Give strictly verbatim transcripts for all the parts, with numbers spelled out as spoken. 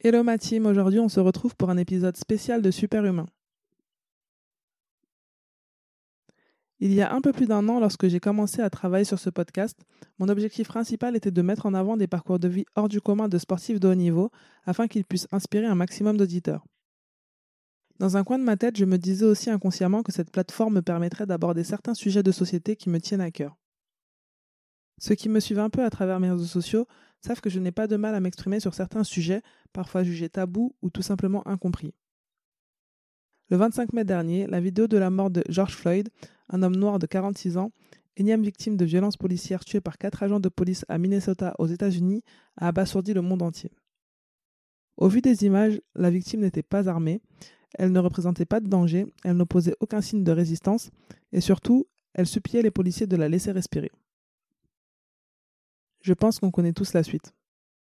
Hello ma team, aujourd'hui on se retrouve pour un épisode spécial de Superhumain. Il y a un peu plus d'un an, lorsque j'ai commencé à travailler sur ce podcast, mon objectif principal était de mettre en avant des parcours de vie hors du commun de sportifs de haut niveau afin qu'ils puissent inspirer un maximum d'auditeurs. Dans un coin de ma tête, je me disais aussi inconsciemment que cette plateforme me permettrait d'aborder certains sujets de société qui me tiennent à cœur. Ceux qui me suivent un peu à travers mes réseaux sociaux savent que je n'ai pas de mal à m'exprimer sur certains sujets, parfois jugés tabous ou tout simplement incompris. Le vingt-cinq mai dernier, la vidéo de la mort de George Floyd, un homme noir de quarante-six ans, énième victime de violences policières tué par quatre agents de police à Minnesota aux États-Unis, a abasourdi le monde entier. Au vu des images, la victime n'était pas armée, elle ne représentait pas de danger, elle n'opposait aucun signe de résistance et surtout, elle suppliait les policiers de la laisser respirer. Je pense qu'on connaît tous la suite.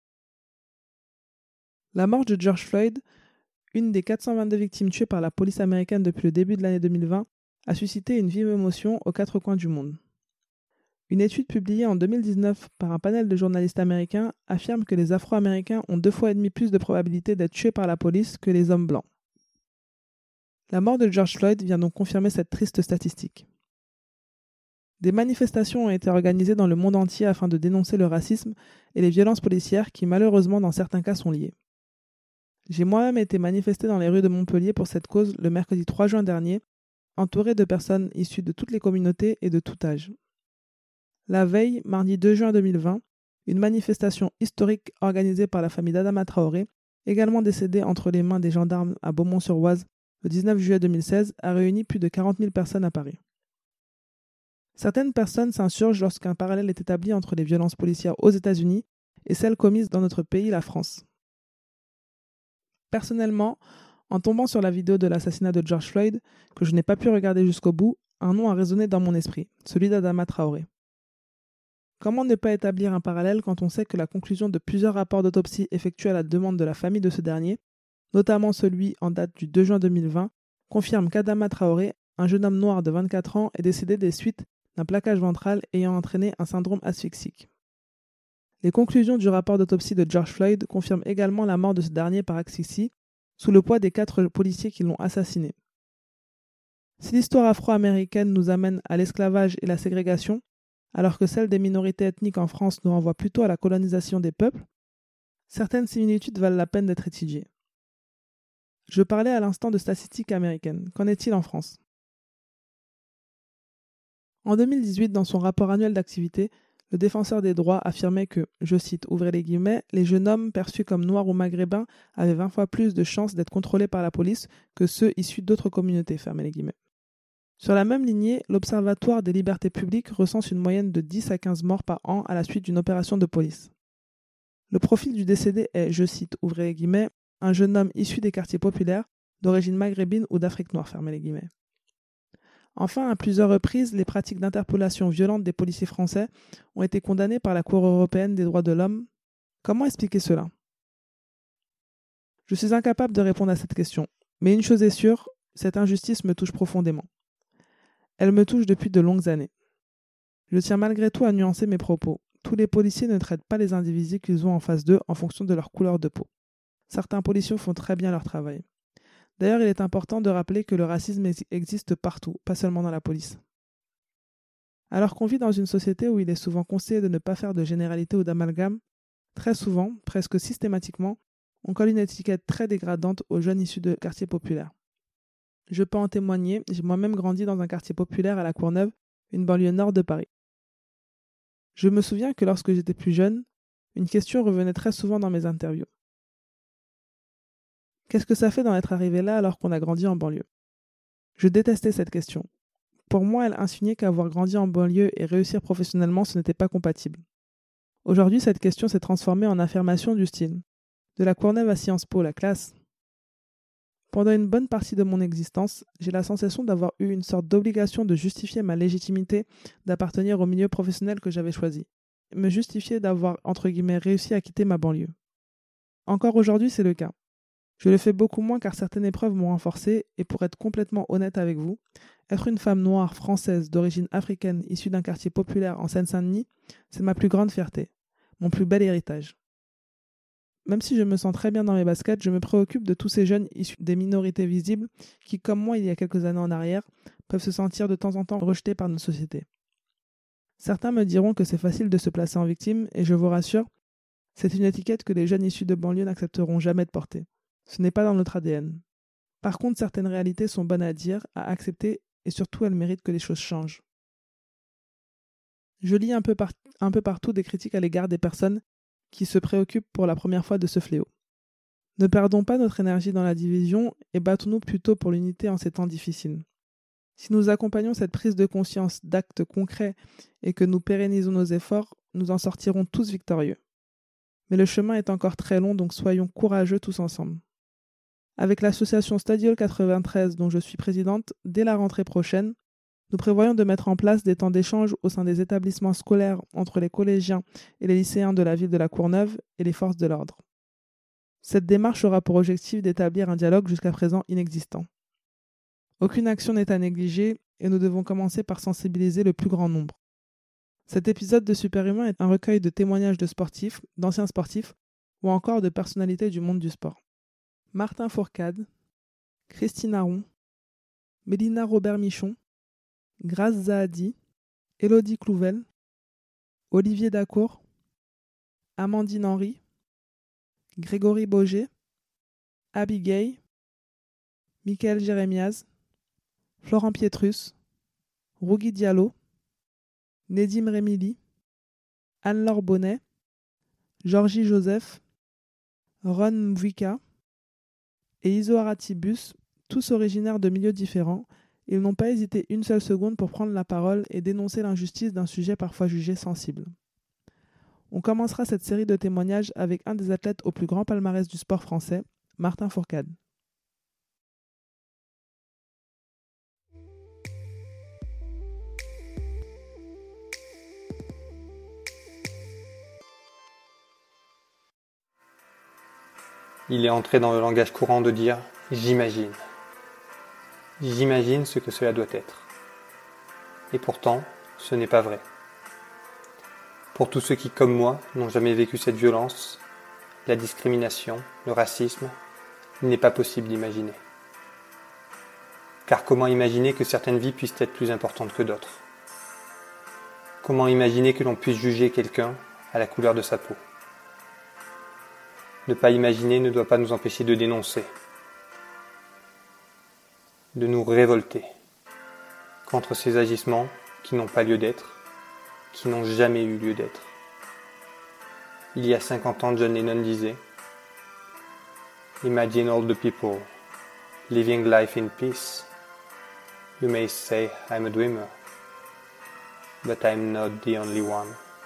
La mort de George Floyd, une des quatre cent vingt-deux victimes tuées par la police américaine depuis le début de l'année deux mille vingt, a suscité une vive émotion aux quatre coins du monde. Une étude publiée en deux mille dix-neuf par un panel de journalistes américains affirme que les Afro-Américains ont deux fois et demi plus de probabilité d'être tués par la police que les hommes blancs. La mort de George Floyd vient donc confirmer cette triste statistique. Des manifestations ont été organisées dans le monde entier afin de dénoncer le racisme et les violences policières qui, malheureusement, dans certains cas, sont liées. J'ai moi-même été manifesté dans les rues de Montpellier pour cette cause le mercredi trois juin dernier, entouré de personnes issues de toutes les communautés et de tout âge. La veille, mardi deux juin deux mille vingt, une manifestation historique organisée par la famille d'Adama Traoré, également décédée entre les mains des gendarmes à Beaumont-sur-Oise le dix-neuf juillet deux mille seize, a réuni plus de quarante mille personnes à Paris. Certaines personnes s'insurgent lorsqu'un parallèle est établi entre les violences policières aux États-Unis et celles commises dans notre pays, la France. Personnellement, en tombant sur la vidéo de l'assassinat de George Floyd, que je n'ai pas pu regarder jusqu'au bout, un nom a résonné dans mon esprit, celui d'Adama Traoré. Comment ne pas établir un parallèle quand on sait que la conclusion de plusieurs rapports d'autopsie effectués à la demande de la famille de ce dernier, notamment celui en date du deux juin deux mille vingt, confirme qu'Adama Traoré, un jeune homme noir de vingt-quatre ans, est décédé des suites d'un plaquage ventral ayant entraîné un syndrome asphyxique. Les conclusions du rapport d'autopsie de George Floyd confirment également la mort de ce dernier par asphyxie, sous le poids des quatre policiers qui l'ont assassiné. Si l'histoire afro-américaine nous amène à l'esclavage et la ségrégation, alors que celle des minorités ethniques en France nous renvoie plutôt à la colonisation des peuples, certaines similitudes valent la peine d'être étudiées. Je parlais à l'instant de statistiques américaines. Qu'en est-il en France ? En deux mille dix-huit, dans son rapport annuel d'activité, le défenseur des droits affirmait que, je cite, ouvrez les guillemets, les jeunes hommes perçus comme noirs ou maghrébins avaient vingt fois plus de chances d'être contrôlés par la police que ceux issus d'autres communautés, fermez les guillemets. Sur la même lignée, l'Observatoire des libertés publiques recense une moyenne de dix à quinze morts par an à la suite d'une opération de police. Le profil du décédé est, je cite, ouvrez les guillemets, un jeune homme issu des quartiers populaires, d'origine maghrébine ou d'Afrique noire, fermez les guillemets. Enfin, à plusieurs reprises, les pratiques d'interpellation violente des policiers français ont été condamnées par la Cour européenne des droits de l'homme. Comment expliquer cela ? Je suis incapable de répondre à cette question, mais une chose est sûre, cette injustice me touche profondément. Elle me touche depuis de longues années. Je tiens malgré tout à nuancer mes propos. Tous les policiers ne traitent pas les individus qu'ils ont en face d'eux en fonction de leur couleur de peau. Certains policiers font très bien leur travail. D'ailleurs, il est important de rappeler que le racisme existe partout, pas seulement dans la police. Alors qu'on vit dans une société où il est souvent conseillé de ne pas faire de généralité ou d'amalgame, très souvent, presque systématiquement, on colle une étiquette très dégradante aux jeunes issus de quartiers populaires. Je peux en témoigner, j'ai moi-même grandi dans un quartier populaire à La Courneuve, une banlieue nord de Paris. Je me souviens que lorsque j'étais plus jeune, une question revenait très souvent dans mes interviews. Qu'est-ce que ça fait d'en être arrivé là alors qu'on a grandi en banlieue ? Je détestais cette question. Pour moi, elle insinuait qu'avoir grandi en banlieue et réussir professionnellement, ce n'était pas compatible. Aujourd'hui, cette question s'est transformée en affirmation du style. De La Courneuve à Sciences Po, la classe. Pendant une bonne partie de mon existence, j'ai la sensation d'avoir eu une sorte d'obligation de justifier ma légitimité d'appartenir au milieu professionnel que j'avais choisi. Me justifier d'avoir, entre guillemets, réussi à quitter ma banlieue. Encore aujourd'hui, c'est le cas. Je le fais beaucoup moins car certaines épreuves m'ont renforcé et pour être complètement honnête avec vous, être une femme noire française d'origine africaine issue d'un quartier populaire en Seine-Saint-Denis, c'est ma plus grande fierté, mon plus bel héritage. Même si je me sens très bien dans mes baskets, je me préoccupe de tous ces jeunes issus des minorités visibles qui, comme moi il y a quelques années en arrière, peuvent se sentir de temps en temps rejetés par notre société. Certains me diront que c'est facile de se placer en victime, et je vous rassure, c'est une étiquette que les jeunes issus de banlieue n'accepteront jamais de porter. Ce n'est pas dans notre A D N. Par contre, certaines réalités sont bonnes à dire, à accepter, et surtout elles méritent que les choses changent. Je lis un peu, par- un peu partout des critiques à l'égard des personnes qui se préoccupent pour la première fois de ce fléau. Ne perdons pas notre énergie dans la division et battons-nous plutôt pour l'unité en ces temps difficiles. Si nous accompagnons cette prise de conscience d'actes concrets et que nous pérennisons nos efforts, nous en sortirons tous victorieux. Mais le chemin est encore très long, donc soyons courageux tous ensemble. Avec l'association Stadiol quatre-vingt-treize dont je suis présidente, dès la rentrée prochaine, nous prévoyons de mettre en place des temps d'échange au sein des établissements scolaires entre les collégiens et les lycéens de la ville de La Courneuve et les forces de l'ordre. Cette démarche aura pour objectif d'établir un dialogue jusqu'à présent inexistant. Aucune action n'est à négliger et nous devons commencer par sensibiliser le plus grand nombre. Cet épisode de Superhumain est un recueil de témoignages de sportifs, d'anciens sportifs ou encore de personnalités du monde du sport. Martin Fourcade, Christine Aron, Mélina Robert-Michon, Grace Zahadi, Élodie Clouvel, Olivier Dacour, Amandine Henry, Grégory Boger, Abigail, Michael Jérémiaz, Florent Pietrus, Rougui Diallo, Nedim Remili, Anne-Laure Bonnet, Georgie Joseph, Ron Mvika et Isoara Tibus, tous originaires de milieux différents, ils n'ont pas hésité une seule seconde pour prendre la parole et dénoncer l'injustice d'un sujet parfois jugé sensible. On commencera cette série de témoignages avec un des athlètes au plus grand palmarès du sport français, Martin Fourcade. Il est entré dans le langage courant de dire « j'imagine ». J'imagine ce que cela doit être. Et pourtant, ce n'est pas vrai. Pour tous ceux qui, comme moi, n'ont jamais vécu cette violence, la discrimination, le racisme, il n'est pas possible d'imaginer. Car comment imaginer que certaines vies puissent être plus importantes que d'autres ? Comment imaginer que l'on puisse juger quelqu'un à la couleur de sa peau ? Ne pas imaginer ne doit pas nous empêcher de dénoncer, de nous révolter contre ces agissements qui n'ont pas lieu d'être, qui n'ont jamais eu lieu d'être. Il y a cinquante ans, John Lennon disait « Imagine all the people living life in peace. You may say I'm a dreamer, but I'm not the only one. »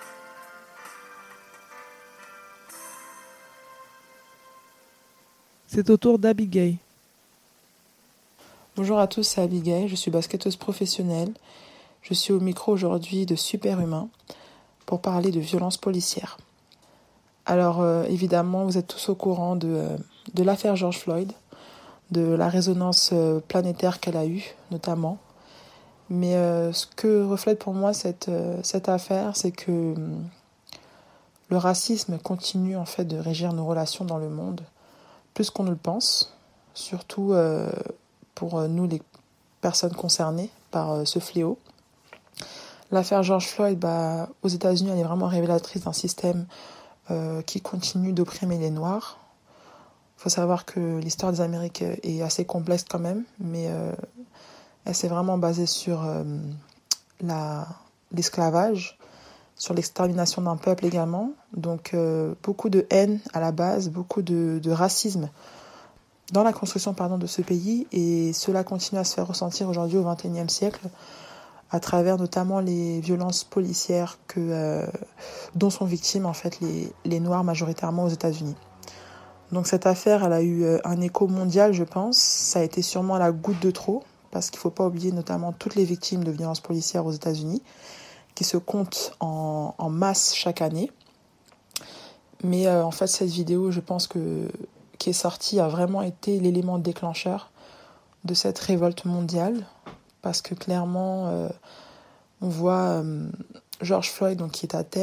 C'est au tour d'Abigail. Bonjour à tous, c'est Abigail, je suis basketteuse professionnelle. Je suis au micro aujourd'hui de Superhumain pour parler de violences policières. Alors euh, évidemment, vous êtes tous au courant de, euh, de l'affaire George Floyd, de la résonance euh, planétaire qu'elle a eue notamment. Mais euh, ce que reflète pour moi cette, euh, cette affaire, c'est que euh, le racisme continue en fait de régir nos relations dans le monde, plus qu'on ne le pense, surtout euh, pour nous les personnes concernées par euh, ce fléau. L'affaire George Floyd, bah, aux États-Unis, elle est vraiment révélatrice d'un système euh, qui continue d'opprimer les Noirs. Il faut savoir que l'histoire des Amériques est assez complexe quand même, mais euh, elle s'est vraiment basée sur euh, la, l'esclavage, sur l'extermination d'un peuple également. Donc euh, beaucoup de haine à la base, beaucoup de, de racisme dans la construction pardon, de ce pays, et cela continue à se faire ressentir aujourd'hui au vingt et unième siècle à travers notamment les violences policières que, euh, dont sont victimes en fait les, les Noirs majoritairement aux États-Unis. Donc cette affaire, elle a eu un écho mondial, je pense. Ça a été sûrement la goutte de trop, parce qu'il ne faut pas oublier notamment toutes les victimes de violences policières aux États-Unis, qui se comptent en, en masse chaque année. Mais euh, en fait, cette vidéo, je pense que qui est sortie a vraiment été l'élément déclencheur de cette révolte mondiale, parce que clairement, euh, on voit euh, George Floyd donc, qui est à terre,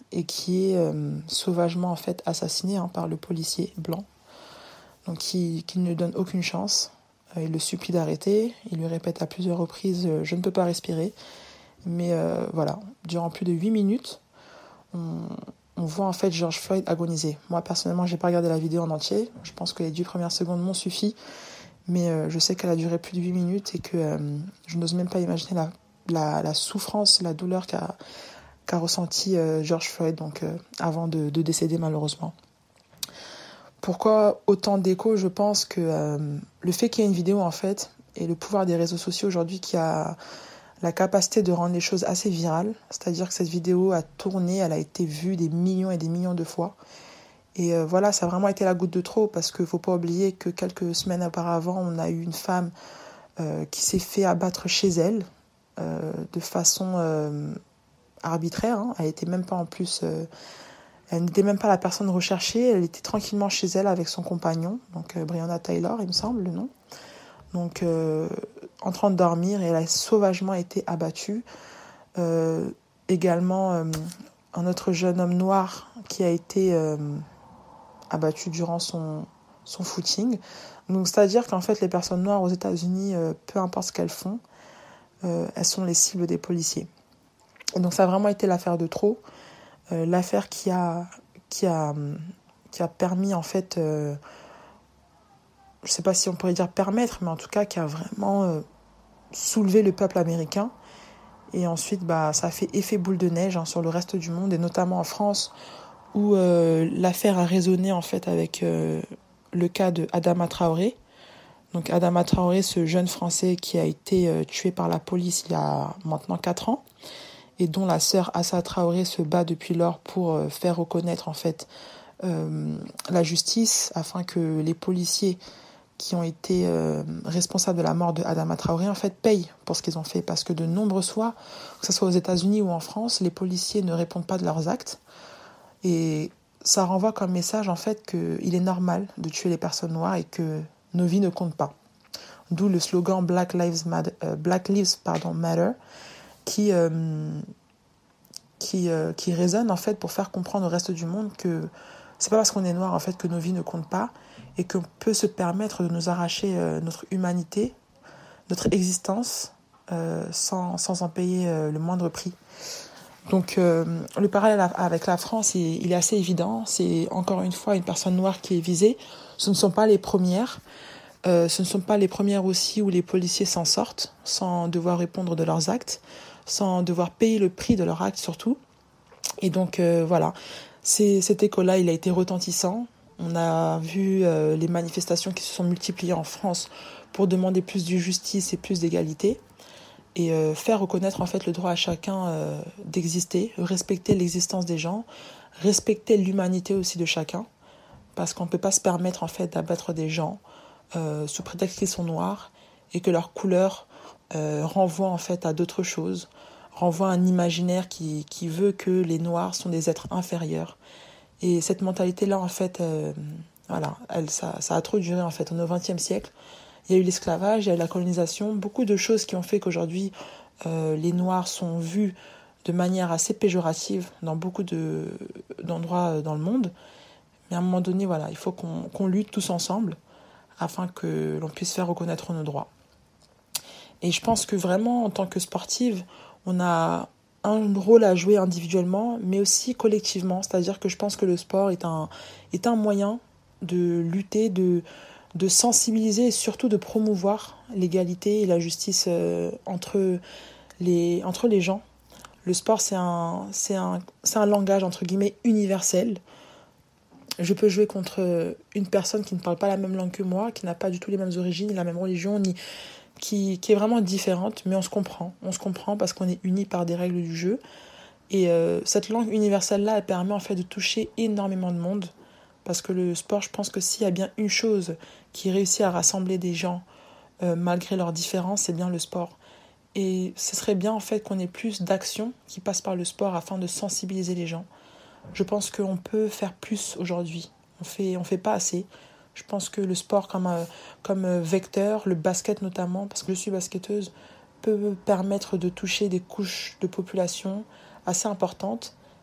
et qui est euh, sauvagement en fait assassiné hein, par le policier blanc. Donc qui, qui ne lui donne aucune chance. Euh, il le supplie d'arrêter. Il lui répète à plusieurs reprises euh, « je ne peux pas respirer ». Mais euh, voilà, durant plus de huit minutes, on, on voit en fait George Floyd agoniser. Moi personnellement, j'ai pas regardé la vidéo en entier. Je pense que les dix premières secondes m'ont suffi. Mais euh, je sais qu'elle a duré plus de huit minutes et que euh, je n'ose même pas imaginer la, la, la souffrance, la douleur qu'a, qu'a ressenti euh, George Floyd donc, euh, avant de, de décéder malheureusement. Pourquoi autant d'écho? Je pense que euh, le fait qu'il y ait une vidéo en fait et le pouvoir des réseaux sociaux aujourd'hui qui a la capacité de rendre les choses assez virales, c'est-à-dire que cette vidéo a tourné, elle a été vue des millions et des millions de fois. Et euh, voilà, ça a vraiment été la goutte de trop parce qu'il ne faut pas oublier que quelques semaines auparavant, on a eu une femme euh, qui s'est fait abattre chez elle euh, de façon euh, arbitraire. Hein. Elle n'était même pas en plus... Euh, Elle n'était même pas la personne recherchée, elle était tranquillement chez elle avec son compagnon, donc euh, Breonna Taylor, il me semble le nom. Donc, euh, en train de dormir, et elle a sauvagement été abattue. Euh, également, euh, un autre jeune homme noir qui a été euh, abattu durant son, son footing. Donc, c'est-à-dire qu'en fait, les personnes noires aux États-Unis, euh, peu importe ce qu'elles font, euh, elles sont les cibles des policiers. Et donc, ça a vraiment été l'affaire de trop. Euh, l'affaire qui a, qui a, qui a permis, en fait, euh, je ne sais pas si on pourrait dire permettre, mais en tout cas qui a vraiment euh, soulevé le peuple américain. Et ensuite, bah, ça a fait effet boule de neige hein, sur le reste du monde, et notamment en France, où euh, l'affaire a résonné en fait avec euh, le cas de Adama Traoré. Donc Adama Traoré, ce jeune Français qui a été euh, tué par la police il y a maintenant quatre ans, et dont la sœur Assa Traoré se bat depuis lors pour euh, faire reconnaître en fait euh, la justice, afin que les policiers qui ont été euh, responsables de la mort de Adama Traoré en fait payent pour ce qu'ils ont fait, parce que de nombreuses fois, que ce soit aux États-Unis ou en France, les policiers ne répondent pas de leurs actes, et ça renvoie comme message en fait qu'il est normal de tuer les personnes noires et que nos vies ne comptent pas. D'où le slogan Black Lives Matter, euh, Black Lives pardon, Matter, qui, euh, qui, euh, qui résonne en fait pour faire comprendre au reste du monde que c'est pas parce qu'on est noir en fait que nos vies ne comptent pas, et qu'on peut se permettre de nous arracher euh, notre humanité, notre existence, euh, sans, sans en payer euh, le moindre prix. Donc euh, le parallèle avec la France, il, il est assez évident. C'est encore une fois une personne noire qui est visée. Ce ne sont pas les premières. Euh, ce ne sont pas les premières aussi où les policiers s'en sortent sans devoir répondre de leurs actes, sans devoir payer le prix de leurs actes surtout. Et donc euh, voilà, C'est, cet écho-là, il a été retentissant. On a vu euh, les manifestations qui se sont multipliées en France pour demander plus de justice et plus d'égalité, et euh, faire reconnaître en fait le droit à chacun euh, d'exister, respecter l'existence des gens, respecter l'humanité aussi de chacun, parce qu'on ne peut pas se permettre en fait d'abattre des gens euh, sous prétexte qu'ils sont noirs et que leur couleur euh, renvoie en fait à d'autres choses, renvoie à un imaginaire qui, qui veut que les noirs sont des êtres inférieurs. Et cette mentalité-là, en fait, euh, voilà, elle, ça, ça a trop duré, en fait. On est au vingtième siècle. Il y a eu l'esclavage, il y a eu la colonisation, beaucoup de choses qui ont fait qu'aujourd'hui, euh, les Noirs sont vus de manière assez péjorative dans beaucoup de, d'endroits dans le monde. Mais à un moment donné, voilà, il faut qu'on, qu'on lutte tous ensemble afin que l'on puisse faire reconnaître nos droits. Et je pense que vraiment, en tant que sportive, on a un rôle à jouer individuellement, mais aussi collectivement. C'est-à-dire que je pense que le sport est un, est un moyen de lutter, de, de sensibiliser et surtout de promouvoir l'égalité et la justice euh, entre, les, entre les gens. Le sport, c'est un, c'est un, c'est un langage, entre guillemets, universel. Je peux jouer contre une personne qui ne parle pas la même langue que moi, qui n'a pas du tout les mêmes origines, ni la même religion, ni... Qui, qui est vraiment différente, mais on se comprend. On se comprend parce qu'on est unis par des règles du jeu. Et euh, cette langue universelle-là, elle permet en fait de toucher énormément de monde. Parce que le sport, je pense que s'il y a bien une chose qui réussit à rassembler des gens euh, malgré leurs différences, c'est bien le sport. Et ce serait bien en fait qu'on ait plus d'actions qui passent par le sport afin de sensibiliser les gens. Je pense qu'on peut faire plus aujourd'hui. On fait, on fait pas assez. Je pense que le sport comme, euh, comme vecteur, le basket notamment, parce que je suis basketteuse, peut permettre de toucher des couches de population assez importantes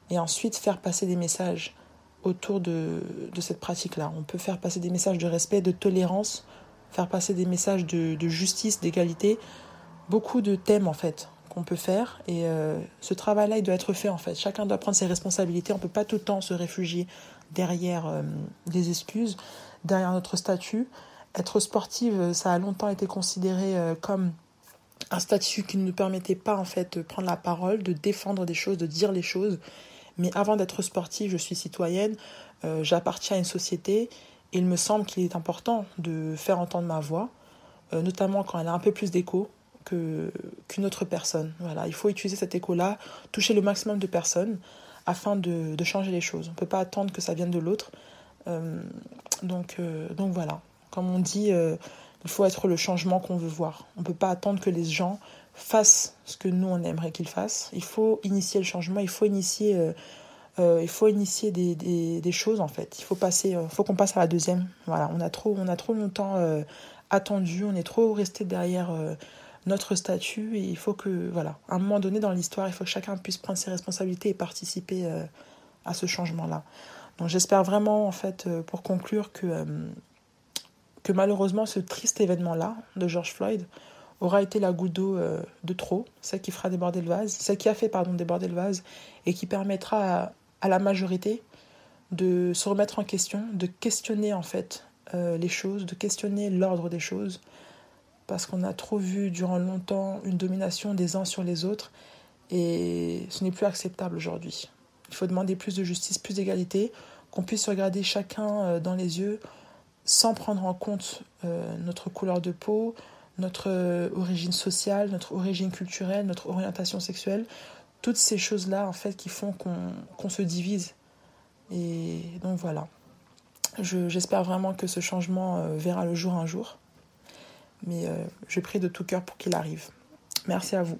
et ensuite faire passer des messages autour de, de cette pratique-là. On peut faire passer des messages de respect, de tolérance, faire passer des messages de, de justice, d'égalité, beaucoup de thèmes en fait qu'on peut faire, et euh, ce travail-là il doit être fait en fait. Chacun doit prendre ses responsabilités, on ne peut pas tout le temps se réfugier derrière euh, des excuses, derrière notre statut. Être sportive, ça a longtemps été considéré euh, comme un statut qui ne nous permettait pas en fait de prendre la parole, de défendre des choses, de dire les choses. Mais avant d'être sportive, je suis citoyenne, euh, j'appartiens à une société, et il me semble qu'il est important de faire entendre ma voix, euh, notamment quand elle a un peu plus d'écho que, qu'une autre personne. Voilà, il faut utiliser cet écho-là, toucher le maximum de personnes afin de, de changer les choses. On ne peut pas attendre que ça vienne de l'autre. Euh, donc, euh, donc voilà, comme on dit, euh, il faut être le changement qu'on veut voir. On ne peut pas attendre que les gens fassent ce que nous, on aimerait qu'ils fassent. Il faut initier le changement, il faut initier, euh, euh, il faut initier des, des, des choses, en fait. Il faut, passer, euh, faut qu'on passe à la deuxième. Voilà, on a trop, on a trop longtemps euh, attendu, on est trop resté derrière euh, notre statut, et il faut que, voilà, à un moment donné dans l'histoire, il faut que chacun puisse prendre ses responsabilités et participer euh, à ce changement-là. Donc j'espère vraiment, en fait, euh, pour conclure, que, euh, que malheureusement, ce triste événement-là de George Floyd aura été la goutte d'eau euh, de trop, celle qui fera déborder le vase, celle qui a fait pardon, déborder le vase, et qui permettra à, à la majorité de se remettre en question, de questionner en fait euh, les choses, de questionner l'ordre des choses, parce qu'on a trop vu durant longtemps une domination des uns sur les autres, et ce n'est plus acceptable aujourd'hui. Il faut demander plus de justice, plus d'égalité, qu'on puisse regarder chacun euh, dans les yeux sans prendre en compte euh, notre couleur de peau, notre euh, origine sociale, notre origine culturelle, notre orientation sexuelle, toutes ces choses-là en fait qui font qu'on, qu'on se divise. Et donc voilà, Je, j'espère vraiment que ce changement euh, verra le jour un jour, mais euh, je prie de tout cœur pour qu'il arrive. Merci à vous.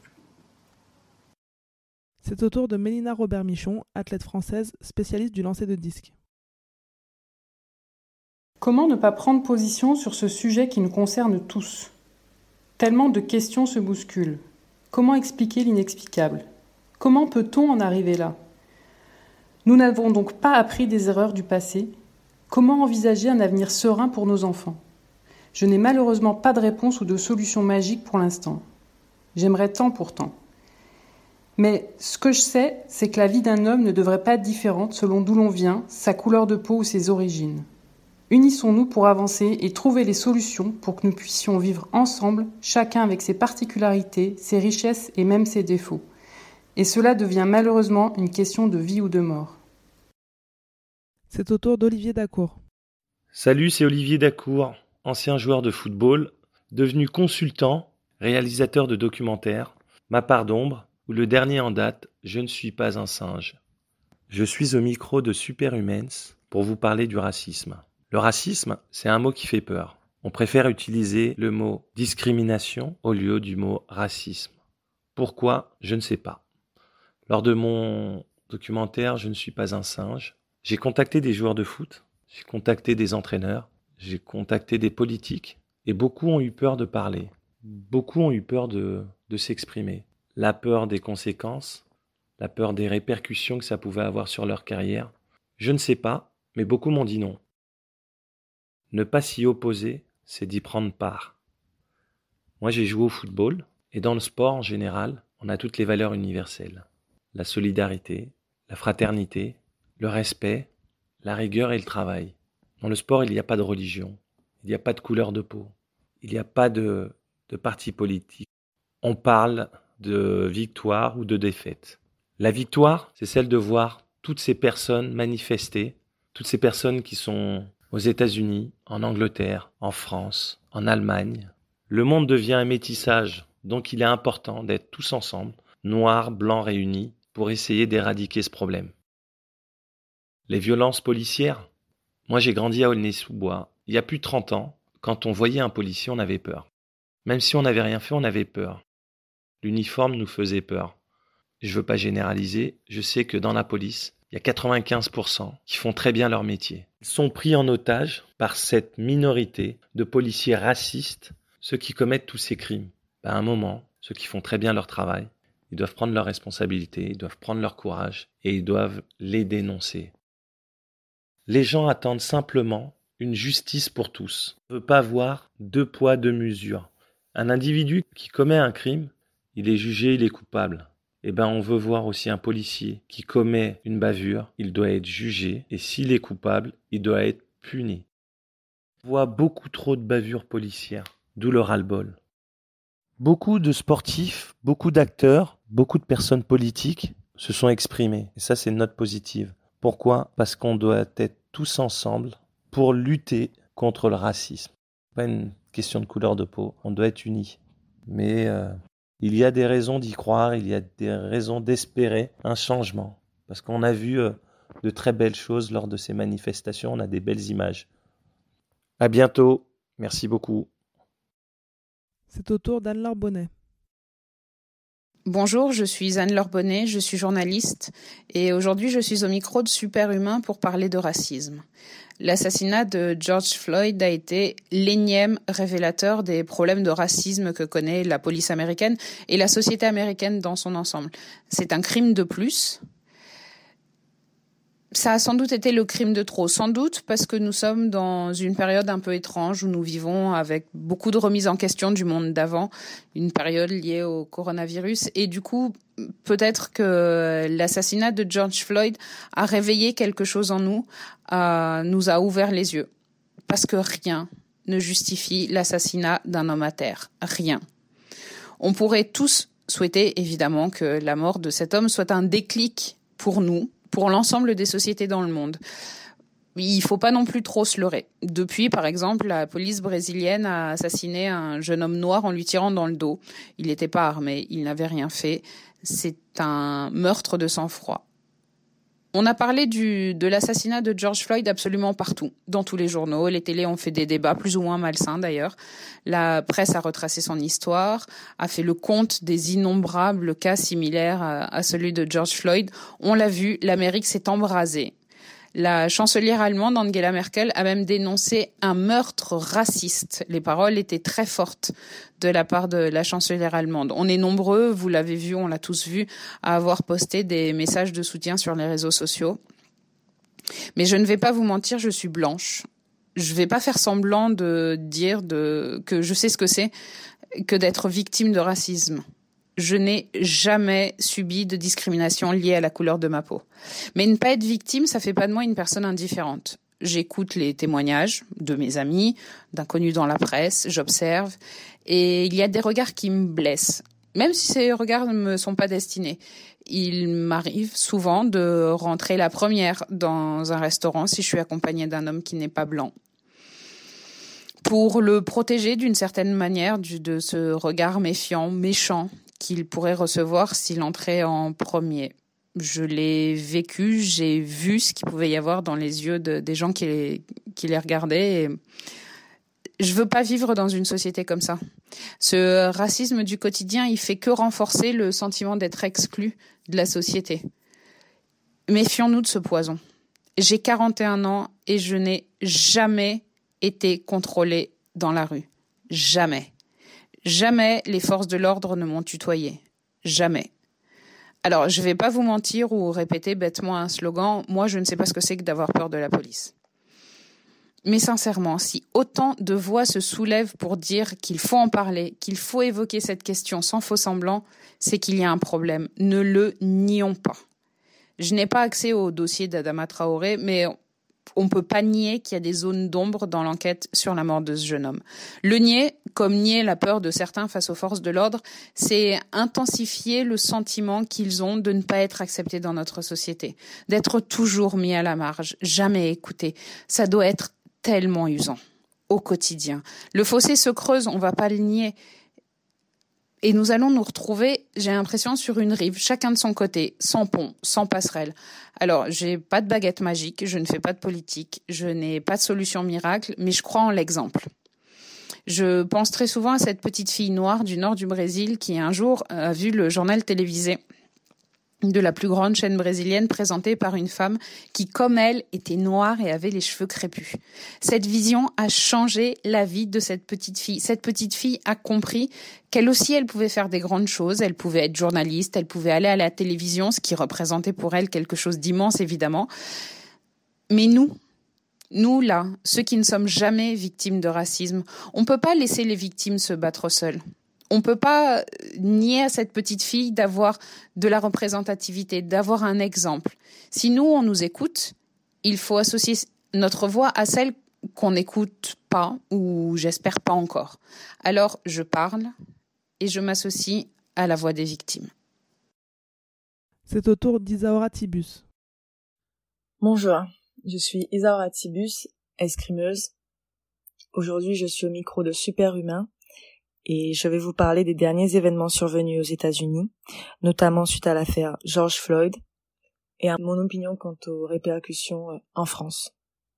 C'est au tour de Mélina Robert-Michon, athlète française, spécialiste du lancer de disque. Comment ne pas prendre position sur ce sujet qui nous concerne tous ? Tellement de questions se bousculent. Comment expliquer l'inexplicable ? Comment peut-on en arriver là ? Nous n'avons donc pas appris des erreurs du passé. Comment envisager un avenir serein pour nos enfants ? Je n'ai malheureusement pas de réponse ou de solution magique pour l'instant. J'aimerais tant pourtant. Mais ce que je sais, c'est que la vie d'un homme ne devrait pas être différente selon d'où l'on vient, sa couleur de peau ou ses origines. Unissons-nous pour avancer et trouver les solutions pour que nous puissions vivre ensemble, chacun avec ses particularités, ses richesses et même ses défauts. Et cela devient malheureusement une question de vie ou de mort. C'est au tour d'Olivier Dacour. Salut, c'est Olivier Dacour, ancien joueur de football, devenu consultant, réalisateur de documentaires, Ma part d'ombre, ou le dernier en date, Je ne suis pas un singe. Je suis au micro de Superhumans pour vous parler du racisme. Le racisme, c'est un mot qui fait peur. On préfère utiliser le mot discrimination au lieu du mot racisme. Pourquoi ? Je ne sais pas. Lors de mon documentaire « Je ne suis pas un singe », j'ai contacté des joueurs de foot, j'ai contacté des entraîneurs, j'ai contacté des politiques, et beaucoup ont eu peur de parler. Beaucoup ont eu peur de, de s'exprimer. La peur des conséquences, la peur des répercussions que ça pouvait avoir sur leur carrière. Je ne sais pas, mais beaucoup m'ont dit non. Ne pas s'y opposer, c'est d'y prendre part. Moi, j'ai joué au football, et dans le sport en général, on a toutes les valeurs universelles. La solidarité, la fraternité, le respect, la rigueur et le travail. Dans le sport, il n'y a pas de religion, il n'y a pas de couleur de peau, il n'y a pas de, de parti politique. On parle de victoire ou de défaite. La victoire, c'est celle de voir toutes ces personnes manifester, toutes ces personnes qui sont aux États-Unis, en Angleterre, en France, en Allemagne. Le monde devient un métissage, donc il est important d'être tous ensemble, noirs, blancs réunis, pour essayer d'éradiquer ce problème. Les violences policières, moi j'ai grandi à Aulnay-sous-Bois. Il y a plus de trente ans, quand on voyait un policier, on avait peur. Même si on n'avait rien fait, on avait peur. L'uniforme nous faisait peur. Je ne veux pas généraliser, je sais que dans la police, il y a quatre-vingt-quinze pour cent qui font très bien leur métier. Ils sont pris en otage par cette minorité de policiers racistes, ceux qui commettent tous ces crimes. Ben, à un moment, ceux qui font très bien leur travail, Ils doivent prendre leurs responsabilités, ils doivent prendre leur courage et ils doivent les dénoncer. Les gens attendent simplement une justice pour tous. On ne veut pas voir deux poids, deux mesures. Un individu qui commet un crime, il est jugé, il est coupable. Eh ben, on veut voir aussi un policier qui commet une bavure, il doit être jugé et s'il est coupable, il doit être puni. On voit beaucoup trop de bavures policières, d'où le ras-le-bol. Beaucoup de sportifs, beaucoup d'acteurs, beaucoup de personnes politiques se sont exprimés. Et ça, c'est une note positive. Pourquoi ? Parce qu'on doit être tous ensemble pour lutter contre le racisme. C'est pas une question de couleur de peau, on doit être unis. Mais euh, il y a des raisons d'y croire, il y a des raisons d'espérer un changement. Parce qu'on a vu euh, de très belles choses lors de ces manifestations, on a des belles images. À bientôt, merci beaucoup. C'est au tour d'Anne-Laure Bonnet. Bonjour, je suis Anne-Laure Bonnet, je suis journaliste et aujourd'hui je suis au micro de Superhumain pour parler de racisme. L'assassinat de George Floyd a été l'énième révélateur des problèmes de racisme que connaît la police américaine et la société américaine dans son ensemble. C'est un crime de plus. Ça a sans doute été le crime de trop, sans doute parce que nous sommes dans une période un peu étrange où nous vivons avec beaucoup de remises en question du monde d'avant, une période liée au coronavirus et du coup, peut-être que l'assassinat de George Floyd a réveillé quelque chose en nous, euh, nous a ouvert les yeux. Parce que rien ne justifie l'assassinat d'un homme à terre. Rien. On pourrait tous souhaiter, évidemment, que la mort de cet homme soit un déclic pour nous, pour l'ensemble des sociétés dans le monde. Il faut pas non plus trop se leurrer. Depuis, par exemple, la police brésilienne a assassiné un jeune homme noir en lui tirant dans le dos. Il n'était pas armé, il n'avait rien fait. C'est un meurtre de sang-froid. On a parlé du, de l'assassinat de George Floyd absolument partout, dans tous les journaux. Les télés ont fait des débats, plus ou moins malsains d'ailleurs. La presse a retracé son histoire, a fait le compte des innombrables cas similaires à, à celui de George Floyd. On l'a vu, l'Amérique s'est embrasée. La chancelière allemande Angela Merkel a même dénoncé un meurtre raciste. Les paroles étaient très fortes de la part de la chancelière allemande. On est nombreux, vous l'avez vu, on l'a tous vu, à avoir posté des messages de soutien sur les réseaux sociaux. Mais je ne vais pas vous mentir, je suis blanche. Je ne vais pas faire semblant de dire de, que je sais ce que c'est que d'être victime de racisme. Je n'ai jamais subi de discrimination liée à la couleur de ma peau. Mais ne pas être victime, ça fait pas de moi une personne indifférente. J'écoute les témoignages de mes amis, d'inconnus dans la presse, j'observe, et il y a des regards qui me blessent, même si ces regards ne me sont pas destinés. Il m'arrive souvent de rentrer la première dans un restaurant si je suis accompagnée d'un homme qui n'est pas blanc, pour le protéger d'une certaine manière de ce regard méfiant, méchant, qu'il pourrait recevoir s'il entrait en premier. Je l'ai vécu, j'ai vu ce qu'il pouvait y avoir dans les yeux de, des gens qui les, qui les regardaient. Et je veux pas vivre dans une société comme ça. Ce racisme du quotidien, il fait que renforcer le sentiment d'être exclu de la société. Méfions-nous de ce poison. J'ai quarante et un ans et je n'ai jamais été contrôlée dans la rue. Jamais. Jamais les forces de l'ordre ne m'ont tutoyé. Jamais. Alors, je vais pas vous mentir ou répéter bêtement un slogan. Moi, je ne sais pas ce que c'est que d'avoir peur de la police. Mais sincèrement, si autant de voix se soulèvent pour dire qu'il faut en parler, qu'il faut évoquer cette question sans faux semblant, c'est qu'il y a un problème. Ne le nions pas. Je n'ai pas accès au dossier d'Adama Traoré, mais on ne peut pas nier qu'il y a des zones d'ombre dans l'enquête sur la mort de ce jeune homme. Le nier, comme nier la peur de certains face aux forces de l'ordre, c'est intensifier le sentiment qu'ils ont de ne pas être acceptés dans notre société, d'être toujours mis à la marge, jamais écoutés. Ça doit être tellement usant au quotidien. Le fossé se creuse, on ne va pas le nier. Et nous allons nous retrouver, j'ai l'impression, sur une rive, chacun de son côté, sans pont, sans passerelle. Alors, j'ai pas de baguette magique, je ne fais pas de politique, je n'ai pas de solution miracle, mais je crois en l'exemple. Je pense très souvent à cette petite fille noire du nord du Brésil qui un jour a vu le journal télévisé de la plus grande chaîne brésilienne présentée par une femme qui, comme elle, était noire et avait les cheveux crépus. Cette vision a changé la vie de cette petite fille. Cette petite fille a compris qu'elle aussi, elle pouvait faire des grandes choses. Elle pouvait être journaliste, elle pouvait aller à la télévision, ce qui représentait pour elle quelque chose d'immense, évidemment. Mais nous, nous là, ceux qui ne sommes jamais victimes de racisme, on ne peut pas laisser les victimes se battre seules. On ne peut pas nier à cette petite fille d'avoir de la représentativité, d'avoir un exemple. Si nous, on nous écoute, il faut associer notre voix à celle qu'on n'écoute pas ou j'espère pas encore. Alors, je parle et je m'associe à la voix des victimes. C'est au tour d'Isaora Tibus. Bonjour, je suis Isaora Tibus, escrimeuse. Aujourd'hui, je suis au micro de Superhumain. Et je vais vous parler des derniers événements survenus aux États-Unis, notamment suite à l'affaire George Floyd, et à mon opinion quant aux répercussions en France.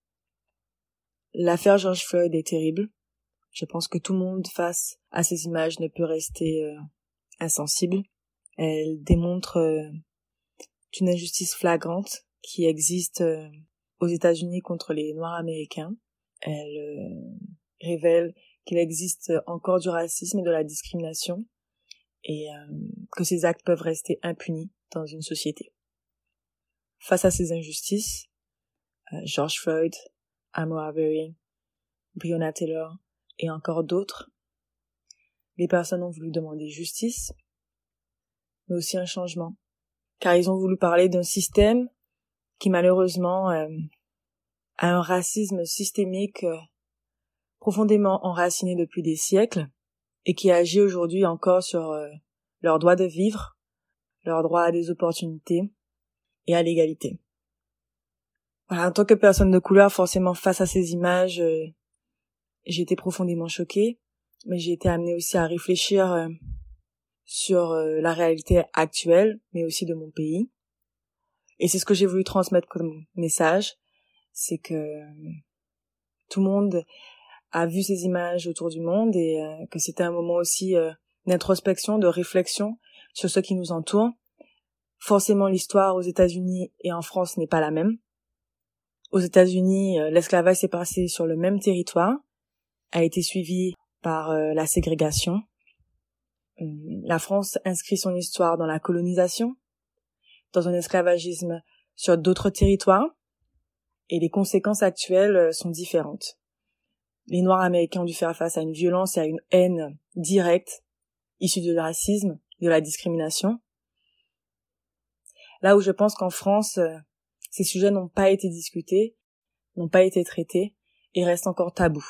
L'affaire George Floyd est terrible. Je pense que tout le monde face à ces images ne peut rester euh, insensible. Elle démontre euh, une injustice flagrante qui existe euh, aux États-Unis contre les Noirs américains. Elle euh, révèle qu'il existe encore du racisme et de la discrimination et euh, que ces actes peuvent rester impunis dans une société. Face à ces injustices, euh, George Floyd, Ahmaud Arbery, Breonna Taylor et encore d'autres, les personnes ont voulu demander justice, mais aussi un changement, car ils ont voulu parler d'un système qui malheureusement euh, a un racisme systémique euh, profondément enraciné depuis des siècles et qui agit aujourd'hui encore sur euh, leur droit de vivre, leur droit à des opportunités et à l'égalité. Voilà, en tant que personne de couleur, forcément face à ces images, euh, j'ai été profondément choquée, mais j'ai été amenée aussi à réfléchir euh, sur euh, la réalité actuelle, mais aussi de mon pays. Et c'est ce que j'ai voulu transmettre comme message, c'est que euh, tout le monde a vu ces images autour du monde et euh, que c'était un moment aussi euh, d'introspection, de réflexion sur ce qui nous entoure. Forcément, l'histoire aux États-Unis et en France n'est pas la même. Aux États-Unis, euh, l'esclavage s'est passé sur le même territoire, a été suivi par euh, la ségrégation. La France inscrit son histoire dans la colonisation, dans un esclavagisme sur d'autres territoires, et les conséquences actuelles sont différentes. Les Noirs américains ont dû faire face à une violence et à une haine directe, issue du racisme, de la discrimination. Là où je pense qu'en France, ces sujets n'ont pas été discutés, n'ont pas été traités, et restent encore tabous.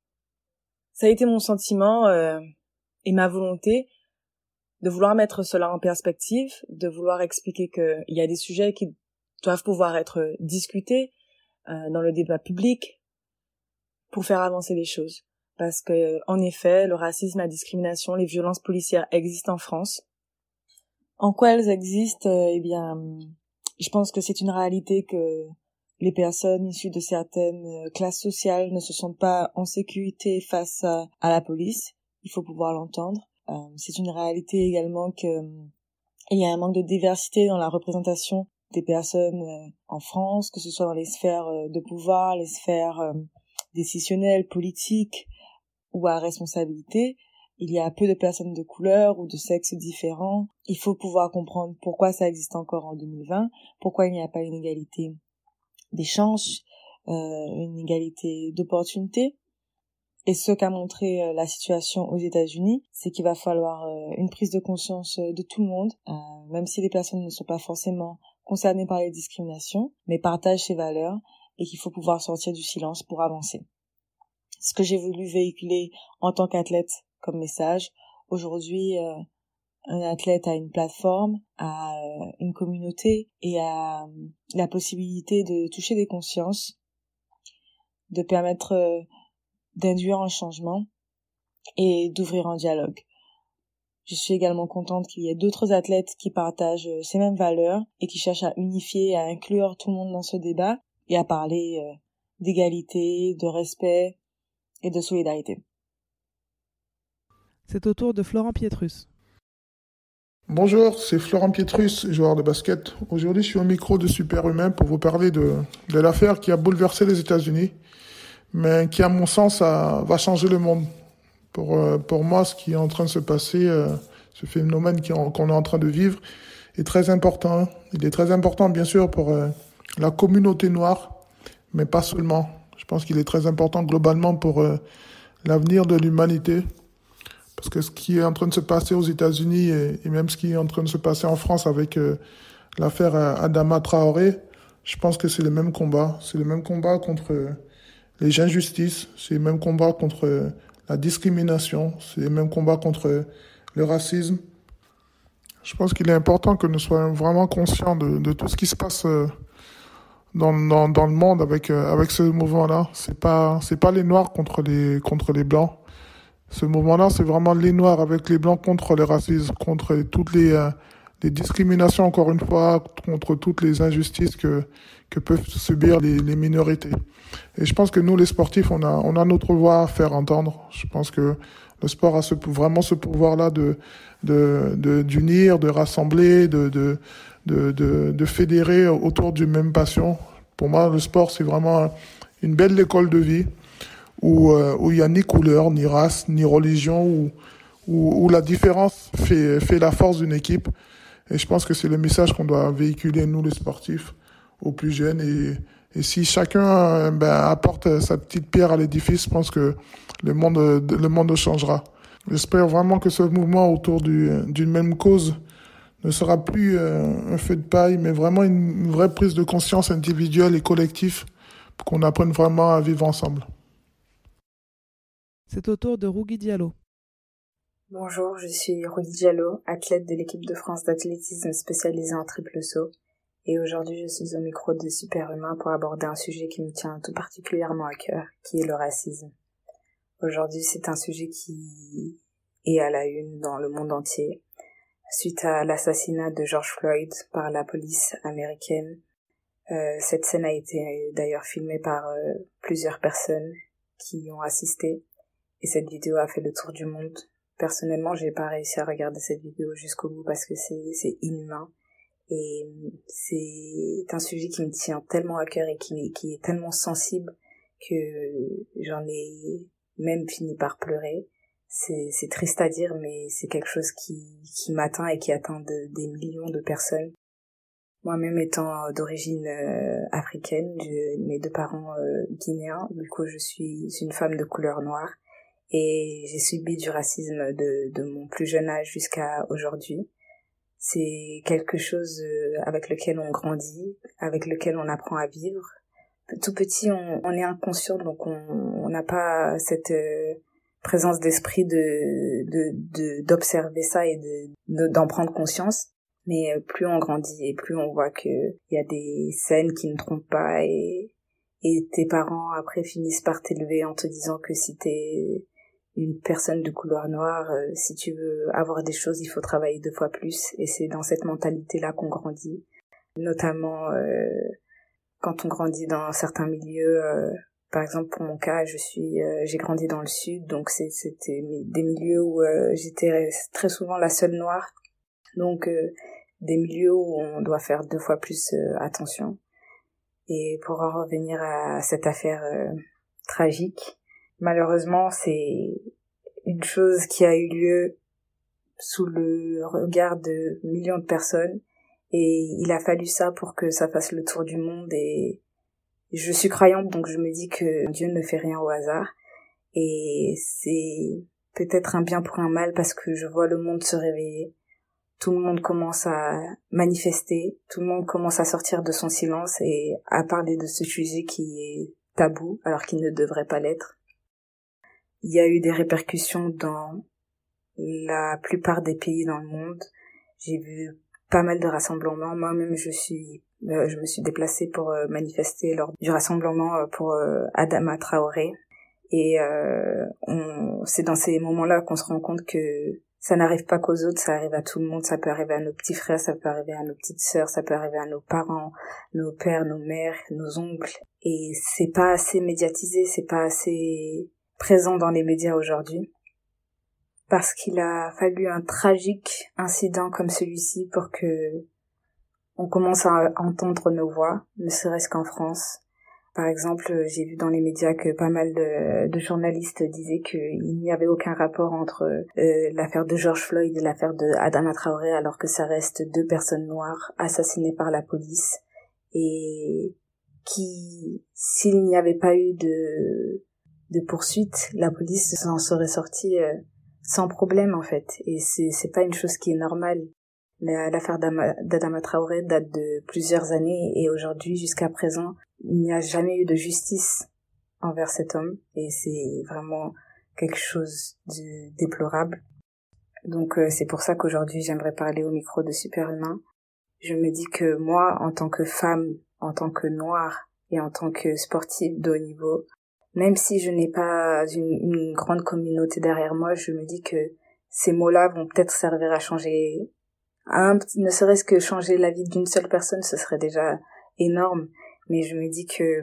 Ça a été mon sentiment euh, et ma volonté de vouloir mettre cela en perspective, de vouloir expliquer qu'il y a des sujets qui doivent pouvoir être discutés euh, dans le débat public pour faire avancer les choses. Parce que, en effet, le racisme, la discrimination, les violences policières existent en France. En quoi elles existent? euh, Eh bien, je pense que c'est une réalité que les personnes issues de certaines classes sociales ne se sentent pas en sécurité face à, à la police. Il faut pouvoir l'entendre. Euh, c'est une réalité également que euh, il y a un manque de diversité dans la représentation des personnes euh, en France, que ce soit dans les sphères euh, de pouvoir, les sphères euh, décisionnelles, politiques ou à responsabilité. Il y a peu de personnes de couleur ou de sexe différents. Il faut pouvoir comprendre pourquoi ça existe encore en deux mille vingt, pourquoi il n'y a pas une égalité des chances, euh, une égalité d'opportunités. Et ce qu'a montré euh, la situation aux États-Unis, c'est qu'il va falloir euh, une prise de conscience euh, de tout le monde, euh, même si les personnes ne sont pas forcément concernées par les discriminations, mais partagent ces valeurs et qu'il faut pouvoir sortir du silence pour avancer. Ce que j'ai voulu véhiculer en tant qu'athlète comme message. Aujourd'hui, euh, un athlète a une plateforme, a euh, une communauté et a euh, la possibilité de toucher des consciences, de permettre euh, d'induire un changement et d'ouvrir un dialogue. Je suis également contente qu'il y ait d'autres athlètes qui partagent euh, ces mêmes valeurs et qui cherchent à unifier, à inclure tout le monde dans ce débat et à parler euh, d'égalité, de respect et de solidarité. C'est au tour de Florent Pietrus. Bonjour, c'est Florent Pietrus, joueur de basket. Aujourd'hui, je suis au micro de Super Humain pour vous parler de, de l'affaire qui a bouleversé les États-Unis, mais qui, à mon sens, a, va changer le monde. Pour, euh, pour moi, ce qui est en train de se passer, euh, ce phénomène qui, qu'on est en train de vivre, est très important. Il est très important, bien sûr, pour euh, la communauté noire, mais pas seulement. Je pense qu'il est très important globalement pour euh, l'avenir de l'humanité. Parce que ce qui est en train de se passer aux États-Unis et, et même ce qui est en train de se passer en France avec euh, l'affaire Adama Traoré, je pense que c'est le même combat. C'est le même combat contre euh, les injustices, c'est le même combat contre euh, la discrimination, c'est le même combat contre euh, le racisme. Je pense qu'il est important que nous soyons vraiment conscients de, de tout ce qui se passe euh, dans, dans, dans le monde avec, euh, avec ce mouvement-là. C'est pas, c'est pas les Noirs contre les, contre les Blancs. Ce mouvement-là, c'est vraiment les Noirs avec les Blancs contre le racisme, contre toutes les, euh, les discriminations, encore une fois, contre toutes les injustices que, que peuvent subir les, les minorités. Et je pense que nous, les sportifs, on a, on a notre voix à faire entendre. Je pense que le sport a ce, vraiment ce pouvoir-là de, de, de, d'unir, de rassembler, de, de, de, de, de fédérer autour d'une même passion. Pour moi, le sport, c'est vraiment une belle école de vie. Où euh, où il y a ni couleur, ni race, ni religion, où où, où la différence fait fait la force d'une équipe. Et je pense que c'est le message qu'on doit véhiculer nous les sportifs aux plus jeunes. Et et si chacun euh, ben, apporte sa petite pierre à l'édifice, je pense que le monde le monde changera. J'espère vraiment que ce mouvement autour du d'une même cause ne sera plus euh, un feu de paille, mais vraiment une, une vraie prise de conscience individuelle et collective pour qu'on apprenne vraiment à vivre ensemble. C'est au tour de Rougui Diallo. Bonjour, je suis Rougui Diallo, athlète de l'équipe de France d'athlétisme spécialisée en triple saut. Et aujourd'hui, je suis au micro de Super Humain pour aborder un sujet qui me tient tout particulièrement à cœur, qui est le racisme. Aujourd'hui, c'est un sujet qui est à la une dans le monde entier. Suite à l'assassinat de George Floyd par la police américaine, euh, cette scène a été d'ailleurs filmée par euh, plusieurs personnes qui y ont assisté. Et cette vidéo a fait le tour du monde. Personnellement, j'ai pas réussi à regarder cette vidéo jusqu'au bout parce que c'est, c'est inhumain. Et c'est un sujet qui me tient tellement à cœur et qui, qui est tellement sensible que j'en ai même fini par pleurer. C'est, c'est triste à dire, mais c'est quelque chose qui, qui m'atteint et qui atteint de, des millions de personnes. Moi-même étant d'origine euh, africaine, je, mes deux parents euh, guinéens, du coup je suis une femme de couleur noire. Et j'ai subi du racisme de, de mon plus jeune âge jusqu'à aujourd'hui. C'est quelque chose avec lequel on grandit, avec lequel on apprend à vivre. Tout petit, on, on est inconscient, donc on n'a pas cette euh, présence d'esprit de, de, de d'observer ça et de, de d'en prendre conscience. Mais plus on grandit et plus on voit que il y a des scènes qui ne trompent pas et et tes parents après finissent par t'élever en te disant que si t'es une personne de couleur noire, euh, si tu veux avoir des choses, il faut travailler deux fois plus. Et c'est dans cette mentalité-là qu'on grandit. Notamment euh, quand on grandit dans certains milieux. Euh, par exemple, pour mon cas, je suis, euh, j'ai grandi dans le sud, donc c'est, c'était des milieux où euh, j'étais très souvent la seule noire. Donc euh, des milieux où on doit faire deux fois plus euh, attention. Et pour en revenir à cette affaire euh, tragique, malheureusement, c'est une chose qui a eu lieu sous le regard de millions de personnes et il a fallu ça pour que ça fasse le tour du monde et je suis croyante donc je me dis que Dieu ne fait rien au hasard et c'est peut-être un bien pour un mal parce que je vois le monde se réveiller. Tout le monde commence à manifester, tout le monde commence à sortir de son silence et à parler de ce sujet qui est tabou alors qu'il ne devrait pas l'être. Il y a eu des répercussions dans la plupart des pays dans le monde. J'ai vu pas mal de rassemblements. Moi-même, je suis, euh, je me suis déplacée pour euh, manifester lors du rassemblement euh, pour euh, Adama Traoré. Et euh, on, c'est dans ces moments-là qu'on se rend compte que ça n'arrive pas qu'aux autres, ça arrive à tout le monde. Ça peut arriver à nos petits frères, ça peut arriver à nos petites sœurs, ça peut arriver à nos parents, nos pères, nos mères, nos oncles. Et c'est pas assez médiatisé, c'est pas assez présent dans les médias aujourd'hui. parce qu'il a fallu un tragique incident comme celui-ci pour que on commence à entendre nos voix, ne serait-ce qu'en France. Par exemple, j'ai vu dans les médias que pas mal de, de journalistes disaient qu'il n'y avait aucun rapport entre euh, l'affaire de George Floyd et l'affaire de Adama Traoré, alors que ça reste deux personnes noires assassinées par la police et qui, s'il n'y avait pas eu de, de poursuite, la police s'en serait sortie euh, sans problème en fait. Et c'est, c'est pas une chose qui est normale. L'affaire d'Adama Traoré date de plusieurs années et aujourd'hui, jusqu'à présent, il n'y a jamais eu de justice envers cet homme et c'est vraiment quelque chose de déplorable. Donc euh, c'est pour ça qu'aujourd'hui j'aimerais parler au micro de Superhumain. Je me dis que moi, en tant que femme, en tant que noire et en tant que sportive de haut niveau, même si je n'ai pas une, une grande communauté derrière moi, je me dis que ces mots-là vont peut-être servir à changer, un, ne serait-ce que changer la vie d'une seule personne, ce serait déjà énorme. Mais je me dis que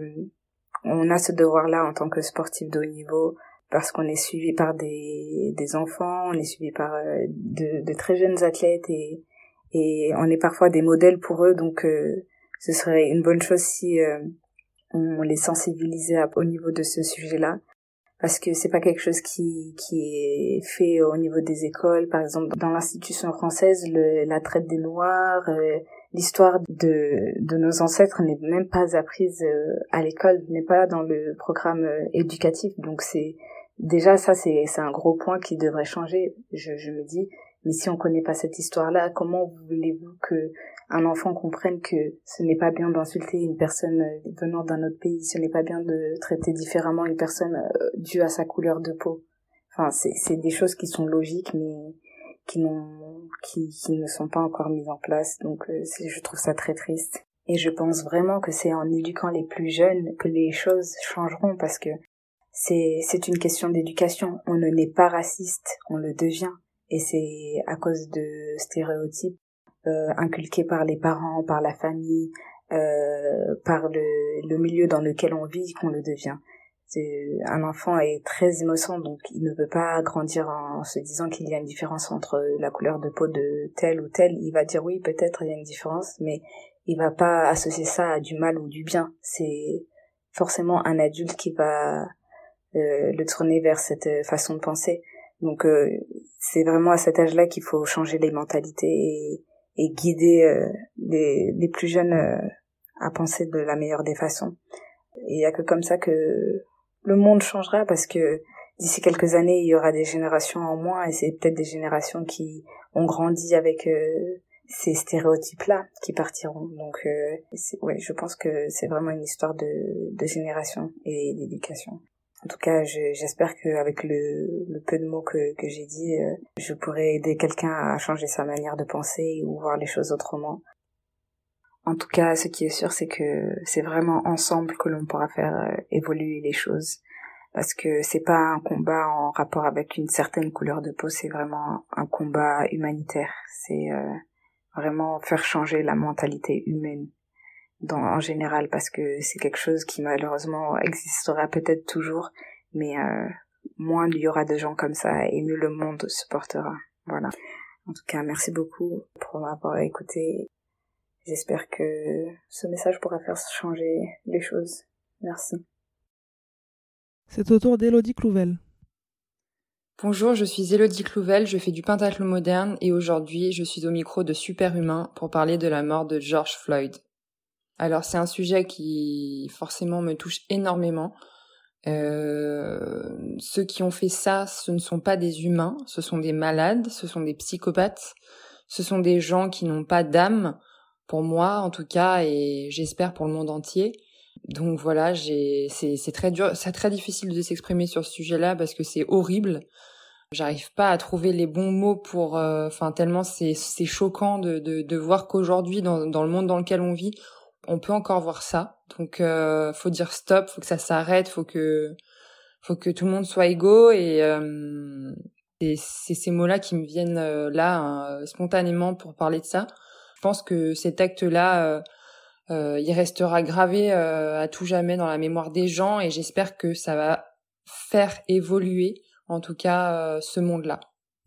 on a ce devoir-là en tant que sportif de haut niveau parce qu'on est suivi par des des enfants, on est suivi par euh, de, de très jeunes athlètes et et on est parfois des modèles pour eux. Donc euh, ce serait une bonne chose si euh, on les sensibilisait à, au niveau de ce sujet-là, parce que c'est pas quelque chose qui qui est fait au niveau des écoles. Par exemple, dans l'institution française, le, la traite des Noirs, euh, l'histoire de de nos ancêtres n'est même pas apprise euh, à l'école, n'est pas dans le programme euh, éducatif. Donc c'est déjà ça, c'est c'est un gros point qui devrait changer. Je je me dis, mais si on connaît pas cette histoire-là, comment voulez-vous que un enfant comprenne que ce n'est pas bien d'insulter une personne venant d'un autre pays, ce n'est pas bien de traiter différemment une personne euh, due à sa couleur de peau. Enfin, c'est c'est des choses qui sont logiques, mais qui n'ont qui qui ne sont pas encore mises en place. Donc euh, c'est, je trouve ça très triste. Et je pense vraiment que c'est en éduquant les plus jeunes que les choses changeront, parce que c'est c'est une question d'éducation. On ne naît pas raciste, on le devient. Et c'est à cause de stéréotypes euh, inculqués par les parents, par la famille, euh, par le, le milieu dans lequel on vit qu'on le devient. C'est, un enfant est très innocent, donc il ne peut pas grandir en se disant qu'il y a une différence entre la couleur de peau de tel ou tel. Il va dire oui, peut-être il y a une différence, mais il va pas associer ça à du mal ou du bien. C'est forcément un adulte qui va euh, le tourner vers cette façon de penser. Donc euh, c'est vraiment à cet âge-là qu'il faut changer les mentalités et, et guider euh, les, les plus jeunes euh, à penser de la meilleure des façons. Et il y a que comme ça que le monde changera, parce que d'ici quelques années, il y aura des générations en moins et c'est peut-être des générations qui ont grandi avec euh, ces stéréotypes-là qui partiront. Donc euh, c'est, ouais, je pense que c'est vraiment une histoire de, de génération et d'éducation. En tout cas, je, j'espère qu'avec le, le peu de mots que, que j'ai dit, euh, je pourrai aider quelqu'un à changer sa manière de penser ou voir les choses autrement. En tout cas, ce qui est sûr, c'est que c'est vraiment ensemble que l'on pourra faire euh, évoluer les choses. Parce que c'est pas un combat en rapport avec une certaine couleur de peau, c'est vraiment un combat humanitaire. C'est euh, vraiment faire changer la mentalité humaine. Dans, en général, parce que c'est quelque chose qui malheureusement existera peut-être toujours, mais euh, moins il y aura de gens comme ça et mieux le monde se portera. Voilà. En tout cas, merci beaucoup pour m'avoir écouté. J'espère que ce message pourra faire changer les choses. Merci. C'est au tour d'Élodie Clouvel. Bonjour, je suis Élodie Clouvel, je fais du pentathlon moderne et aujourd'hui je suis au micro de Superhumain pour parler de la mort de George Floyd. Alors c'est un sujet qui forcément me touche énormément. Euh, ceux qui ont fait ça, ce ne sont pas des humains, ce sont des malades, ce sont des psychopathes, ce sont des gens qui n'ont pas d'âme, pour moi en tout cas, et j'espère pour le monde entier. Donc voilà, j'ai, c'est, c'est très dur, c'est très difficile de s'exprimer sur ce sujet-là parce que c'est horrible. J'arrive pas à trouver les bons mots pour, enfin euh, tellement c'est, c'est choquant de, de, de voir qu'aujourd'hui dans, dans le monde dans lequel on vit, on peut encore voir ça. Donc euh, faut dire stop, faut que ça s'arrête, faut que faut que tout le monde soit égaux et euh, c'est, c'est ces mots-là qui me viennent euh, là hein, spontanément pour parler de ça. Je pense que cet acte-là euh, euh, il restera gravé euh, à tout jamais dans la mémoire des gens et j'espère que ça va faire évoluer en tout cas euh, ce monde-là.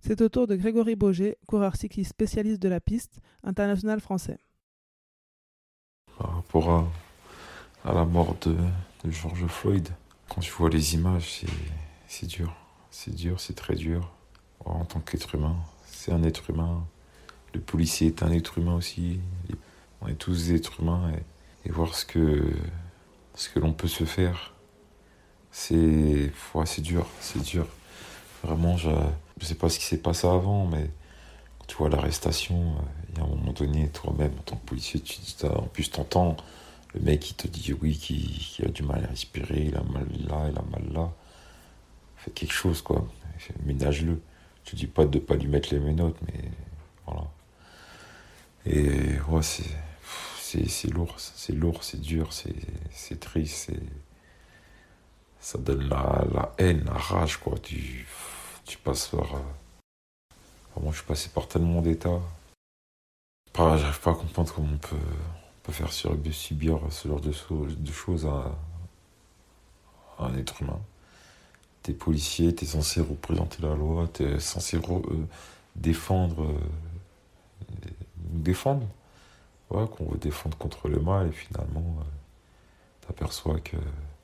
C'est au tour de Grégory Boger, coureur cycliste spécialiste de la piste, international français. Par rapport à, à la mort de, de George Floyd, quand je vois les images, c'est, c'est dur. C'est dur, c'est très dur. En tant qu'être humain, c'est un être humain. Le policier est un être humain aussi. On est tous des êtres humains. Et, et voir ce que, ce que l'on peut se faire, c'est, ouais, c'est dur, c'est dur. Vraiment, je ne sais pas ce qui s'est passé avant, mais quand tu vois l'arrestation, il y a un moment donné, toi-même, en tant que policier, tu dis, en plus, tu entends le mec qui te dit oui, qui, qui a du mal à respirer, il a mal là, il a mal là. Fais quelque chose, quoi. Ménage-le. Je dis pas de pas lui mettre les menottes, mais voilà. Et ouais, c'est, c'est, c'est lourd, c'est lourd, c'est dur, c'est, c'est triste, c'est, ça donne la, la haine, la rage, quoi. Tu, tu passes par... Euh, vraiment, je suis passé par tellement d'états. Pas, j'arrive pas à comprendre comment on peut, on peut faire subir ce genre de, de choses à, à un être humain. T'es policier, t'es censé représenter la loi, t'es censé re, euh, défendre, euh, nous défendre. Ouais, qu'on veut défendre contre le mal, et finalement, euh, t'aperçois que,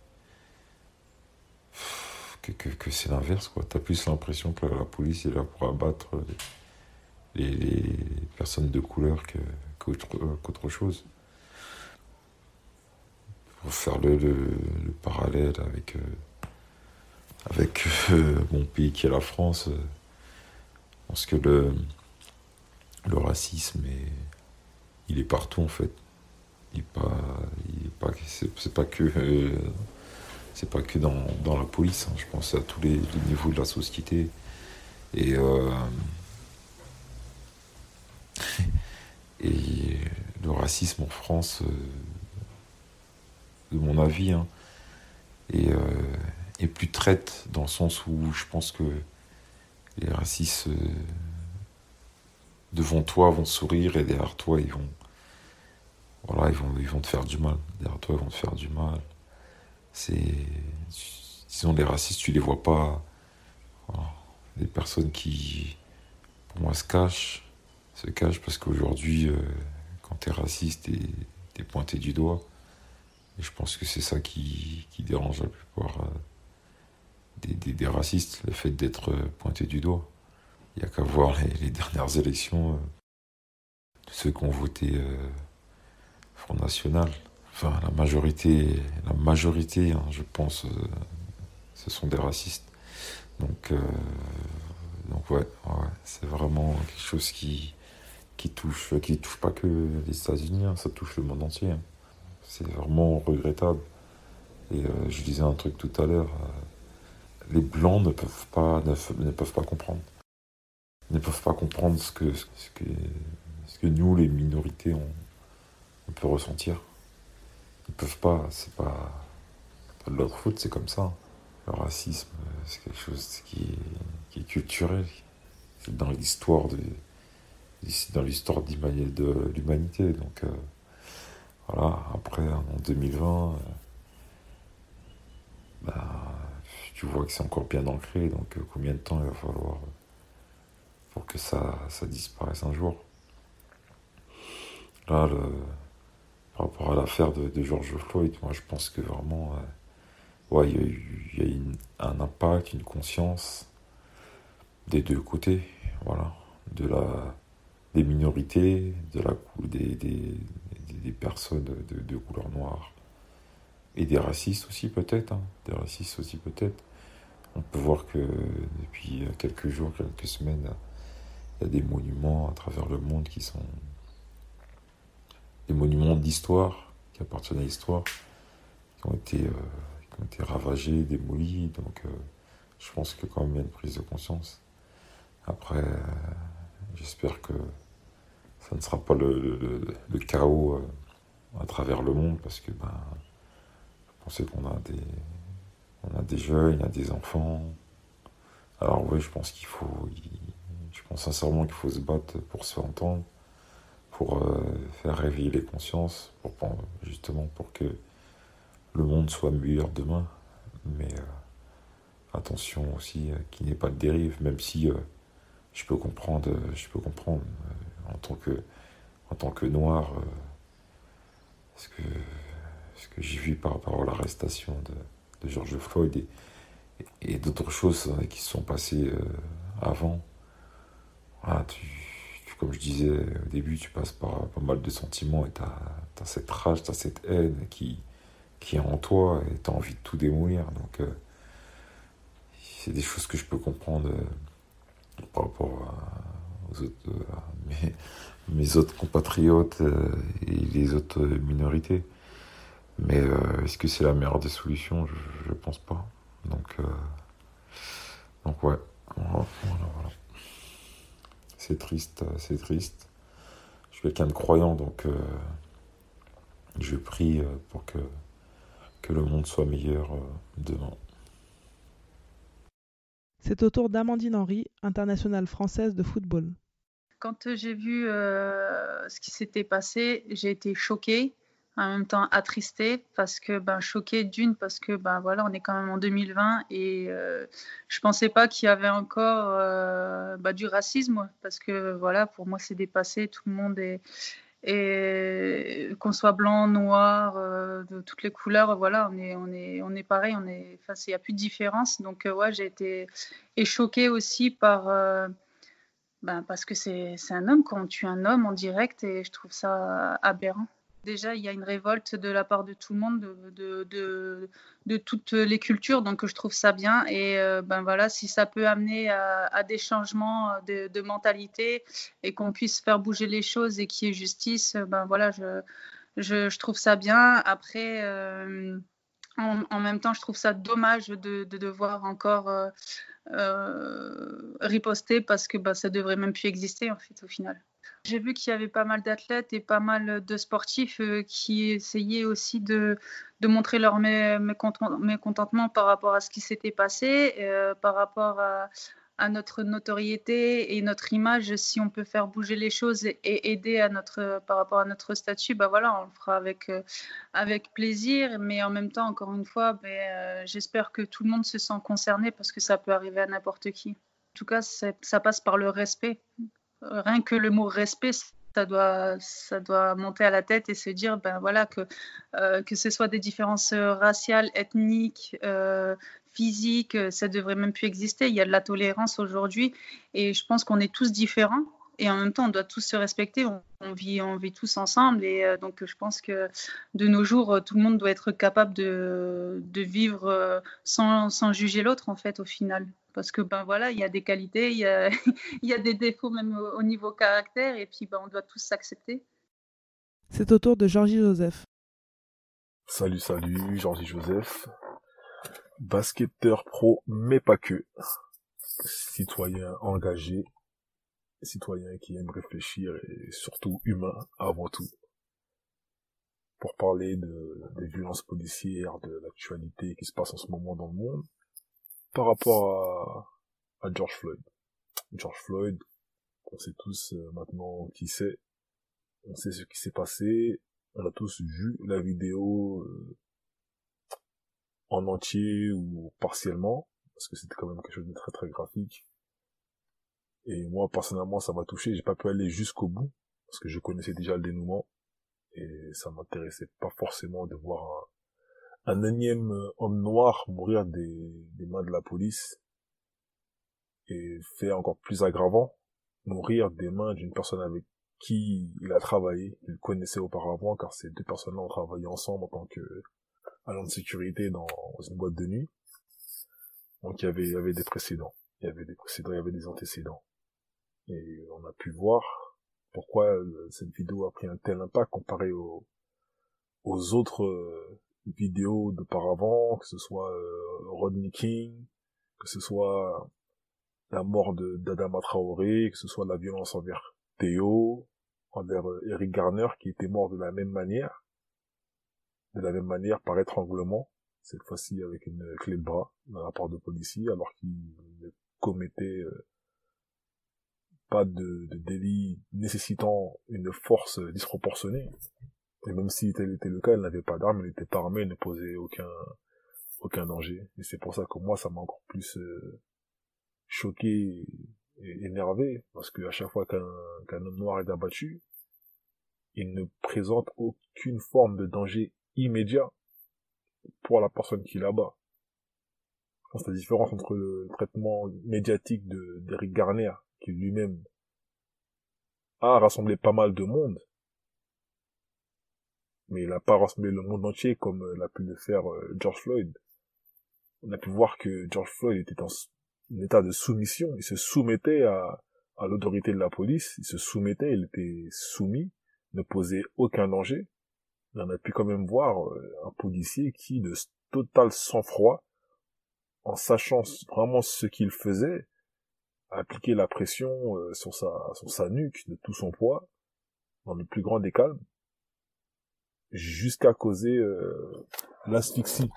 que, que, que c'est l'inverse, quoi. T'as plus l'impression que la, la police est là pour abattre les, les, les personnes de couleur que, qu'autre, euh, qu'autre chose. Pour faire le, le, le parallèle avec... Euh, avec euh, mon pays qui est la France, euh, parce que le, le racisme, est, il est partout en fait. Il est pas, il est pas, c'est, c'est pas que, euh, c'est pas que dans, dans la police. Hein, je pense à tous les, les niveaux de la société. Et euh, et le racisme en France, euh, de mon avis, hein, et euh, et plus traite dans le sens où je pense que les racistes euh, devant toi vont sourire et derrière toi ils vont voilà ils vont ils vont te faire du mal. Derrière toi ils vont te faire du mal. C'est disons les racistes tu les vois pas. Voilà. Des personnes qui pour moi se cachent se cachent parce qu'aujourd'hui euh, quand t'es raciste t'es, t'es pointé du doigt et je pense que c'est ça qui, qui dérange la plupart euh, Des, des, des racistes, le fait d'être pointé du doigt. Il n'y a qu'à voir les, les dernières élections euh, de ceux qui ont voté euh, Front National. Enfin, la majorité, la majorité, hein, je pense, euh, ce sont des racistes. Donc, euh, donc ouais, ouais, c'est vraiment quelque chose qui, qui touche, qui touche pas que les États-Unis, hein, ça touche le monde entier. Hein. C'est vraiment regrettable. Et euh, je disais un truc tout à l'heure. Euh, Les blancs ne peuvent pas, ne, ne peuvent pas comprendre. Ne peuvent pas comprendre ce que, ce que, ce que nous, les minorités, on, on peut ressentir. Ils ne peuvent pas, c'est pas, pas de leur faute, c'est comme ça. Le racisme, c'est quelque chose qui est, qui est culturel. C'est dans l'histoire de, c'est dans l'histoire de l'humanité. Donc euh, voilà, après, en deux mille vingt, euh, bah, tu vois que c'est encore bien ancré, donc euh, combien de temps il va falloir euh, pour que ça, ça disparaisse un jour. Là, le, par rapport à l'affaire de, de George Floyd, moi je pense que vraiment, euh, ouais, il y a eu, il y a eu une, un impact, une conscience des deux côtés, voilà, de la, des minorités, de la, des, des, des personnes de, de couleur noire. Et des racistes aussi peut-être, hein, des racistes aussi peut-être. On peut voir que depuis quelques jours, quelques semaines, il y a des monuments à travers le monde qui sont des monuments d'histoire, qui appartiennent à l'histoire, qui ont été, euh, qui ont été ravagés, démolis. Donc euh, je pense que quand même il y a une prise de conscience. Après, euh, j'espère que ça ne sera pas le, le, le, le chaos euh, à travers le monde, parce que ben, on sait qu'on a des, on a des jeunes, il y a des enfants. Alors oui, je pense qu'il faut, je pense sincèrement qu'il faut se battre pour se faire entendre, pour euh, faire réveiller les consciences, pour, pour justement pour que le monde soit meilleur demain. Mais euh, attention aussi euh, qu'il n'y ait pas de dérive, même si euh, je peux comprendre, je peux comprendre euh, en tant que, en tant que noir, euh, ce que, ce que j'ai vu par rapport à l'arrestation de, de George Floyd et, et d'autres choses qui se sont passées euh, avant. Voilà, tu, tu, comme je disais au début, tu passes par pas mal de sentiments et tu as cette rage, tu as cette haine qui, qui est en toi et tu as envie de tout démolir. Donc, euh, c'est des choses que je peux comprendre euh, par rapport à, aux autres, euh, à mes, mes autres compatriotes euh, et les autres minorités. Mais euh, est-ce que c'est la meilleure des solutions? Je, je pense pas. Donc, euh, donc ouais, voilà, voilà, voilà. C'est triste, c'est triste. Je suis quelqu'un de croyant, donc euh, je prie pour que, que le monde soit meilleur euh, demain. C'est au tour d'Amandine Henry, internationale française de football. Quand j'ai vu euh, ce qui s'était passé, j'ai été choquée, en même temps attristée, parce que ben choquée d'une parce que ben voilà, on est quand même en deux mille vingt et euh, je pensais pas qu'il y avait encore euh, bah, du racisme, parce que voilà, pour moi c'est dépassé, tout le monde est et qu'on soit blanc, noir, euh, de toutes les couleurs, voilà, on est on est on est pareil, on est, enfin il y a plus de différence, donc euh, ouais, j'ai été et choquée aussi par euh, ben parce que c'est c'est un homme, quand on tue un homme en direct, et je trouve ça aberrant. Déjà, il y a une révolte de la part de tout le monde, de, de, de, de toutes les cultures, donc je trouve ça bien. Et euh, ben voilà, si ça peut amener à, à des changements de, de mentalité et qu'on puisse faire bouger les choses et qu'il y ait justice, ben voilà, je, je, je trouve ça bien. Après, euh, en, en même temps, je trouve ça dommage de, de devoir encore euh, euh, riposter, parce que bah, ça devrait même plus exister en fait au final. J'ai vu qu'il y avait pas mal d'athlètes et pas mal de sportifs euh, qui essayaient aussi de, de montrer leur mé- mécontent- mécontentement par rapport à ce qui s'était passé, euh, par rapport à, à notre notoriété et notre image. Si on peut faire bouger les choses et, et aider à notre, par rapport à notre statut, bah voilà, on le fera avec, euh, avec plaisir. Mais en même temps, encore une fois, bah, euh, j'espère que tout le monde se sent concerné, parce que ça peut arriver à n'importe qui. En tout cas, ça passe par le respect. Rien que le mot respect, ça doit, ça doit monter à la tête et se dire ben voilà, que, euh, que ce soit des différences raciales, ethniques, euh, physiques, ça devrait même plus exister. Il y a de la tolérance aujourd'hui et je pense qu'on est tous différents et en même temps on doit tous se respecter. On, on vit, on vit tous ensemble et euh, donc je pense que de nos jours tout le monde doit être capable de, de vivre sans, sans juger l'autre en fait au final. Parce que ben voilà, il y a des qualités, il y a, il y a des défauts même au, au niveau caractère, et puis ben, on doit tous s'accepter. C'est au tour de Georgie Joseph. Salut, salut, Georgie Joseph. Basketteur pro, mais pas que. Citoyen engagé, citoyen qui aime réfléchir et surtout humain avant tout. Pour parler de, des violences policières, de l'actualité qui se passe en ce moment dans le monde, par rapport à, à George Floyd. George Floyd, on sait tous euh, maintenant qui c'est, on sait ce qui s'est passé, on a tous vu la vidéo euh, en entier ou partiellement, parce que c'était quand même quelque chose de très très graphique. Et moi personnellement ça m'a touché, j'ai pas pu aller jusqu'au bout, parce que je connaissais déjà le dénouement, et ça m'intéressait pas forcément de voir un, un énième homme noir mourir des, des mains de la police, et fait encore plus aggravant, mourir des mains d'une personne avec qui il a travaillé, qu'il connaissait auparavant, car ces deux personnes-là ont travaillé ensemble en tant que agent de sécurité dans une boîte de nuit. Donc il y avait, il y avait des précédents, il y avait des précédents, il y avait des antécédents. Et on a pu voir pourquoi cette vidéo a pris un tel impact comparé aux, aux autres euh, vidéos d'auparavant, que ce soit euh, Rodney King, que ce soit la mort de d'Adama Traoré, que ce soit la violence envers Théo, envers Eric Garner, qui était mort de la même manière, de la même manière par étranglement, cette fois-ci avec une clé de bras de la part de policiers, alors qu'il ne commettait euh, pas de, de délit nécessitant une force disproportionnée. Et même si tel était le cas, il n'avait pas d'arme, il n'était pas armé, il ne posait aucun aucun danger. Et c'est pour ça que moi, ça m'a encore plus euh, choqué est énervé parce qu'à chaque fois qu'un qu'un homme noir est abattu, il ne présente aucune forme de danger immédiat pour la personne qui l'abat. Je pense que la différence entre le traitement médiatique de d'Eric Garner, qui lui-même a rassemblé pas mal de monde, mais il n'a pas rassemblé le monde entier comme l'a pu le faire George Floyd. On a pu voir que George Floyd était en état de soumission, il se soumettait à, à l'autorité de la police, il se soumettait, il était soumis, ne posait aucun danger. Et on a pu quand même voir un policier qui, de total sang-froid, en sachant vraiment ce qu'il faisait, appliquer la pression sur sa, sur sa nuque de tout son poids, dans le plus grand des calmes, jusqu'à causer euh, l'asphyxie.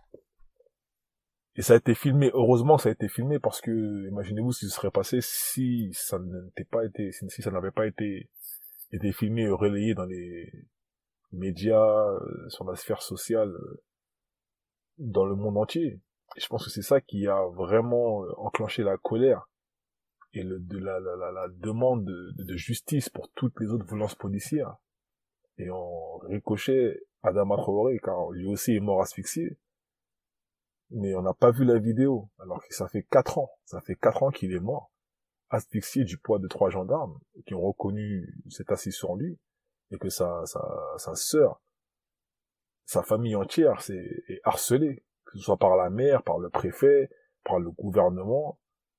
Et ça a été filmé, heureusement ça a été filmé, parce que imaginez-vous ce qui se serait passé si ça n'était pas été, si ça n'avait pas été, été filmé et relayé dans les médias, euh, sur la sphère sociale, euh, dans le monde entier. Et je pense que c'est ça qui a vraiment euh, enclenché la colère et le, de la, la, la, la demande de, de justice pour toutes les autres violences policières. Et en ricochet, Adama Traoré, car lui aussi est mort asphyxié, mais on n'a pas vu la vidéo, alors que ça fait quatre ans, ça fait quatre ans qu'il est mort, asphyxié du poids de trois gendarmes, qui ont reconnu cet assis sur lui, et que sa, sa, sa sœur, sa famille entière s'est est harcelée, que ce soit par la mère, par le préfet, par le gouvernement.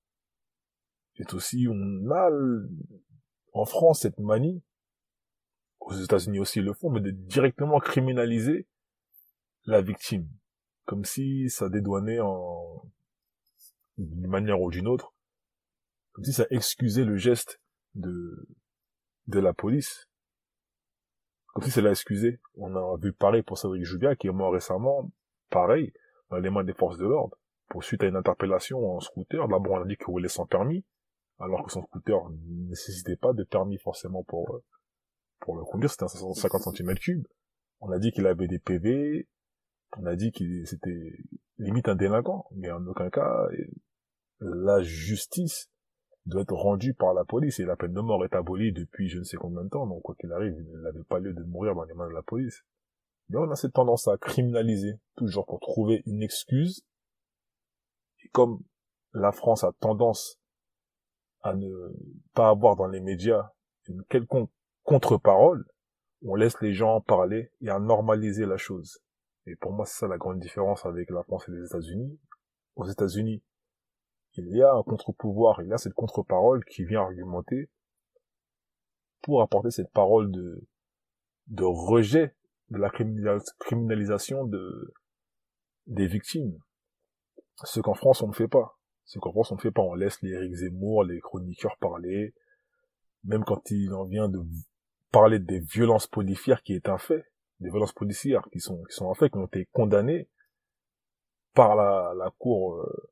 Et aussi, on a en France cette manie, aux États-Unis aussi ils le font, mais de directement criminaliser la victime, comme si ça dédouanait en d'une manière ou d'une autre, comme si ça excusait le geste de de la police, comme si ça l'a excusé. On a vu pareil pour Cédric Joubert qui est mort récemment, pareil, dans les mains des forces de l'ordre, pour suite à une interpellation en scooter. D'abord on a dit qu'il roulait sans permis, alors que son scooter ne nécessitait pas de permis forcément pour pour le conduire, c'était un cent cinquante centimètres cubes. On a dit qu'il avait des P V, on a dit qu'il c'était limite un délinquant, mais en aucun cas la justice doit être rendue par la police, et la peine de mort est abolie depuis je ne sais combien de temps, donc quoi qu'il arrive, il n'avait pas lieu de mourir dans les mains de la police. Mais on a cette tendance à criminaliser, toujours pour trouver une excuse, et comme la France a tendance à ne pas avoir dans les médias une quelconque contre-parole, on laisse les gens parler et à normaliser la chose. Et pour moi, c'est ça la grande différence avec la France et les États-Unis. Aux États-Unis, il y a un contre-pouvoir, il y a cette contre-parole qui vient argumenter pour apporter cette parole de, de rejet de la criminalisation de, des victimes. Ce qu'en France, on ne fait pas. Ce qu'en France, on ne fait pas. On laisse les Éric Zemmour, les chroniqueurs parler, même quand il en vient de parler des violences policières qui est un fait, des violences policières qui sont qui sont un fait, qui ont été condamnées par la la Cour euh,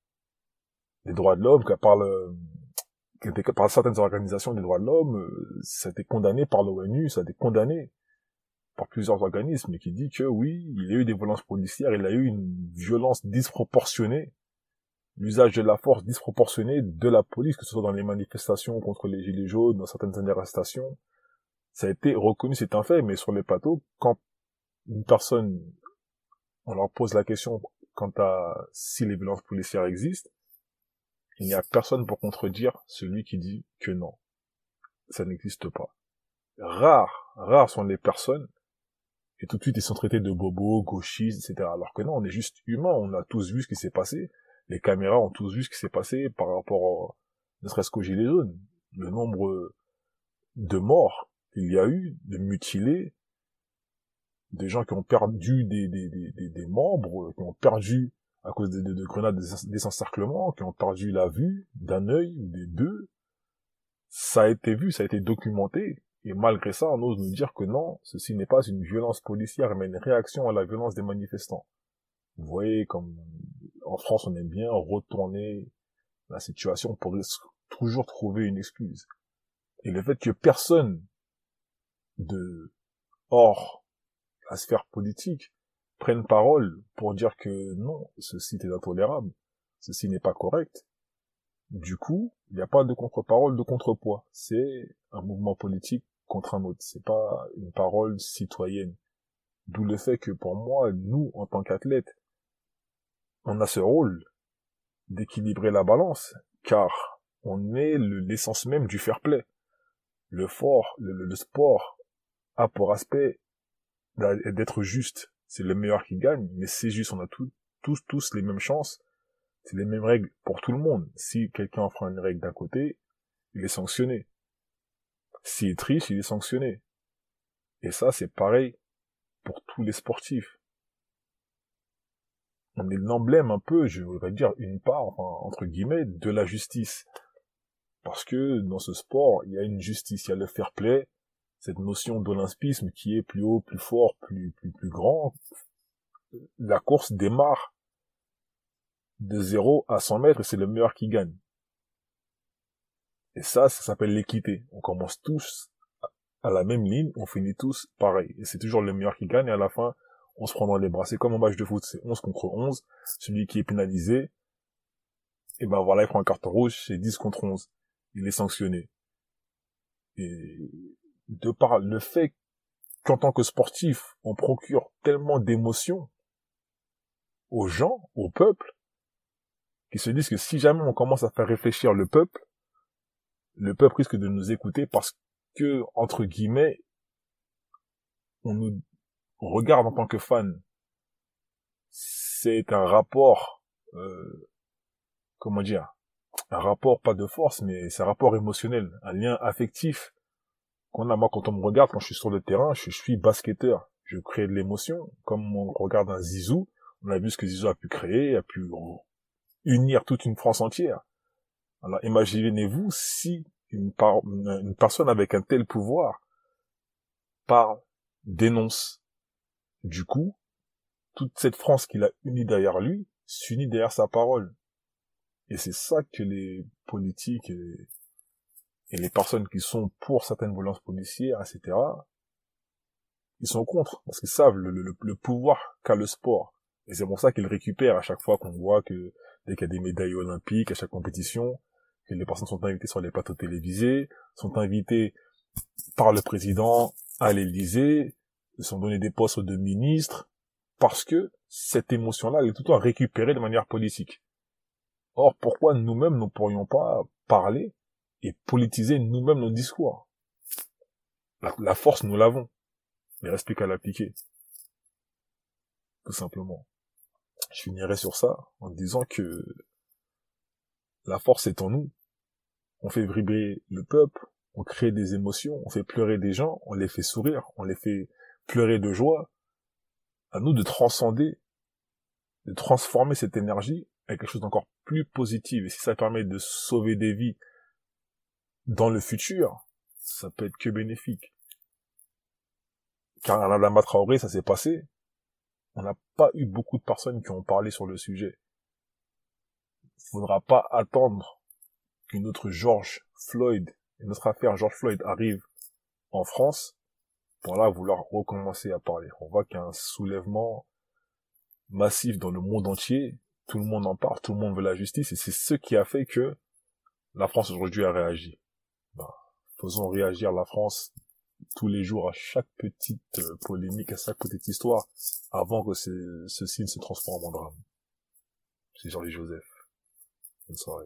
des droits de l'homme, par le qui était par certaines organisations des droits de l'homme, euh, ça a été condamné par l'ONU, ça a été condamné par plusieurs organismes, et qui dit que oui, il y a eu des violences policières, il y a eu une violence disproportionnée, l'usage de la force disproportionnée de la police, que ce soit dans les manifestations contre les gilets jaunes, dans certaines arrestations. Ça a été reconnu, c'est un fait, mais sur les plateaux, quand une personne, on leur pose la question quant à si les violences policières existent, il n'y a personne pour contredire celui qui dit que non, ça n'existe pas. Rares, rares sont les personnes, et tout de suite ils sont traités de bobos, gauchistes, et cetera. Alors que non, on est juste humains, on a tous vu ce qui s'est passé, les caméras ont tous vu ce qui s'est passé par rapport, au, ne serait-ce qu'aux gilets jaunes. Le nombre de morts il y a eu, de mutilés, des gens qui ont perdu des, des, des, des, des membres, qui ont perdu à cause de, de, de grenades désencerclement, qui ont perdu la vue d'un œil ou des deux. Ça a été vu, ça a été documenté, et malgré ça, on ose nous dire que non, ceci n'est pas une violence policière, mais une réaction à la violence des manifestants. Vous voyez, comme en France, on aime bien retourner la situation pour toujours trouver une excuse. Et le fait que personne de hors la sphère politique prenne parole pour dire que non, ceci est intolérable, ceci n'est pas correct. Du coup, Il n'y a pas de contre-parole, de contrepoids. C'est un mouvement politique contre un autre. C'est pas une parole citoyenne. D'où le fait que pour moi, nous, en tant qu'athlètes, on a ce rôle d'équilibrer la balance, car on est le- l'essence même du fair play. Le fort, le, le- le sport a pour aspect d'a- d'être juste. C'est le meilleur qui gagne, mais c'est juste, on a tout- tous, tous les mêmes chances. C'est les mêmes règles pour tout le monde. Si quelqu'un enfreint une règle d'un côté, il est sanctionné. S'il triche, il est sanctionné. Et ça, c'est pareil pour tous les sportifs. On est l'emblème un peu, je voudrais dire une part, enfin, entre guillemets, de la justice. Parce que dans ce sport, il y a une justice, il y a le fair play, cette notion d'olympisme qui est plus haut, plus fort, plus, plus, plus grand. La course démarre de zéro à cent mètres et c'est le meilleur qui gagne. Et ça, ça s'appelle l'équité. On commence tous à la même ligne, on finit tous pareil. Et c'est toujours le meilleur qui gagne et à la fin, on se prend dans les bras. C'est comme un match de foot, c'est onze contre onze. Celui qui est pénalisé, et ben voilà, il prend un carton rouge, c'est dix contre onze. Il est sanctionné. Et de par le fait qu'en tant que sportif, on procure tellement d'émotions aux gens, au peuple, qui se disent que si jamais on commence à faire réfléchir le peuple, le peuple risque de nous écouter parce que, entre guillemets, on nous regarde en tant que fan. C'est un rapport, euh, comment dire, un rapport pas de force, mais c'est un rapport émotionnel, un lien affectif qu'on a. Moi, quand on me regarde, quand je suis sur le terrain, je, je suis basketteur, je crée de l'émotion, comme on regarde un Zizou, on a vu ce que Zizou a pu créer, a pu unir toute une France entière. Alors imaginez-vous si une, par, une personne avec un tel pouvoir parle, dénonce. Du coup, toute cette France qu'il a unie derrière lui s'unit derrière sa parole. Et c'est ça que les politiques et, et les personnes qui sont pour certaines violences policières, et cetera, ils sont contre, parce qu'ils savent le, le, le pouvoir qu'a le sport. Et c'est pour ça qu'ils récupèrent à chaque fois qu'on voit que dès qu'il y a des médailles olympiques, à chaque compétition, que les personnes sont invitées sur les plateaux télévisés, sont invitées par le président à l'Élysée, sont donnés des postes de ministres, parce que cette émotion-là, elle est tout le temps récupérée de manière politique. Or, pourquoi nous-mêmes ne pourrions pas parler et politiser nous-mêmes nos discours? La, la force, nous l'avons. Il reste plus qu'à l'appliquer. Tout simplement. Je finirai sur ça en disant que la force est en nous. On fait vibrer le peuple, on crée des émotions, on fait pleurer des gens, on les fait sourire, on les fait pleurer de joie. À nous de transcender, de transformer cette énergie à quelque chose d'encore plus positif. Et si ça permet de sauver des vies dans le futur, ça peut être que bénéfique. Car à Adama Traoré, ça s'est passé. On n'a pas eu beaucoup de personnes qui ont parlé sur le sujet. Il faudra pas attendre qu'une autre George Floyd, une autre affaire George Floyd arrive en France pour là vouloir recommencer à parler. On voit qu'il y a un soulèvement massif dans le monde entier. Tout le monde en parle, tout le monde veut la justice et c'est ce qui a fait que la France aujourd'hui a réagi. Ben, faisons réagir la France tous les jours à chaque petite euh, polémique, à chaque petite histoire, avant que ce- ceci ne se transforme en drame. C'est Jean-Louis Joseph. Bonne soirée.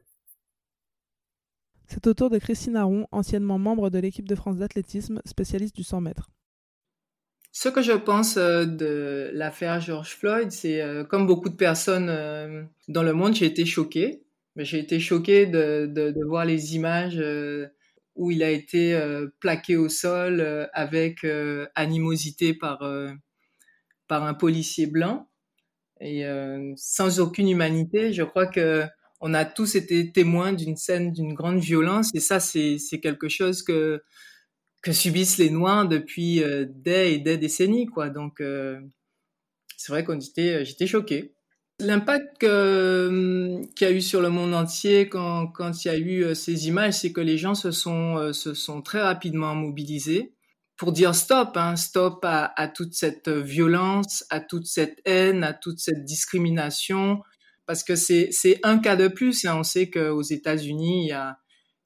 C'est au tour de Christine Aron, anciennement membre de l'équipe de France d'athlétisme, spécialiste du cent mètres. Ce que je pense euh, de l'affaire George Floyd, c'est euh, comme beaucoup de personnes euh, dans le monde, j'ai été choquée. Mais J'ai été choquée de, de, de voir les images euh, où il a été euh, plaqué au sol euh, avec euh, animosité par, euh, par un policier blanc et euh, sans aucune humanité. Je crois que on a tous été témoins d'une scène d'une grande violence et ça, c'est, c'est quelque chose que que subissent les Noirs depuis euh, des et des décennies, quoi. Donc, euh, c'est vrai qu'on était, j'étais choquée. L'impact que, qu'il y a eu sur le monde entier quand, quand il y a eu euh, ces images, c'est que les gens se sont, euh, se sont très rapidement mobilisés pour dire stop, hein, stop à, à toute cette violence, à toute cette haine, à toute cette discrimination, parce que c'est, c'est un cas de plus. Hein. On sait qu'aux États-Unis, il y a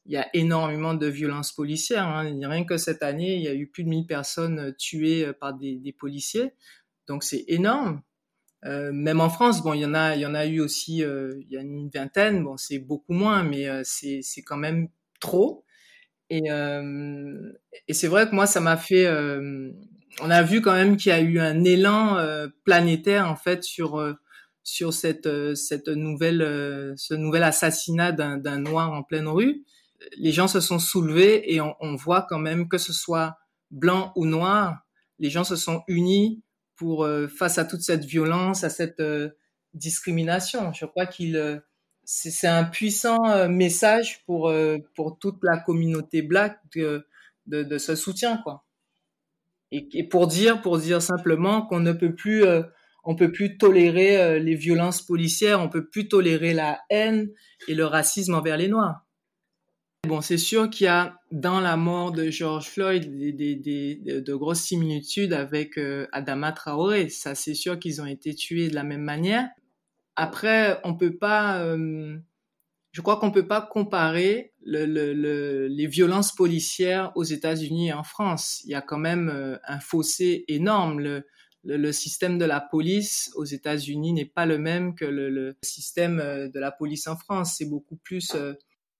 il y a énormément de violences policières. Hein. Rien que cette année, il y a eu plus de mille personnes tuées par des, des policiers. Donc c'est énorme. Euh, même en France, bon, il y en a, il y en a eu aussi, euh, il y a une vingtaine. Bon, c'est beaucoup moins, mais euh, c'est, c'est quand même trop. Et, euh, et c'est vrai que moi, ça m'a fait. Euh, on a vu quand même qu'il y a eu un élan euh, planétaire en fait sur euh, sur cette euh, cette nouvelle euh, ce nouvel assassinat d'un, d'un noir en pleine rue. Les gens se sont soulevés et on, on voit quand même que ce soit blanc ou noir, les gens se sont unis pour euh, face à toute cette violence, à cette euh, discrimination. Je crois qu'il euh, c'est, c'est un puissant euh, message pour euh, pour toute la communauté black de de, de ce soutien, quoi. Et, et pour dire pour dire simplement qu'on ne peut plus euh, on peut plus tolérer euh, les violences policières, on peut plus tolérer la haine et le racisme envers les noirs. Bon, c'est sûr qu'il y a dans la mort de George Floyd des, des, des, de grosses similitudes avec euh, Adama Traoré. Ça, c'est sûr qu'ils ont été tués de la même manière. Après, on peut pas, euh, je crois qu'on peut pas comparer le, le, le, les violences policières aux États-Unis et en France. Il y a quand même euh, un fossé énorme. Le, le, le système de la police aux États-Unis n'est pas le même que le, le système de la police en France. C'est beaucoup plus euh,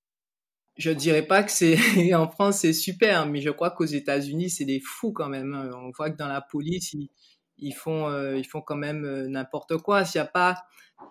je dirais pas que c'est en France c'est super, mais je crois qu'aux États-Unis c'est des fous quand même. On voit que dans la police ils, ils font euh, ils font quand même euh, n'importe quoi. S'il y a pas,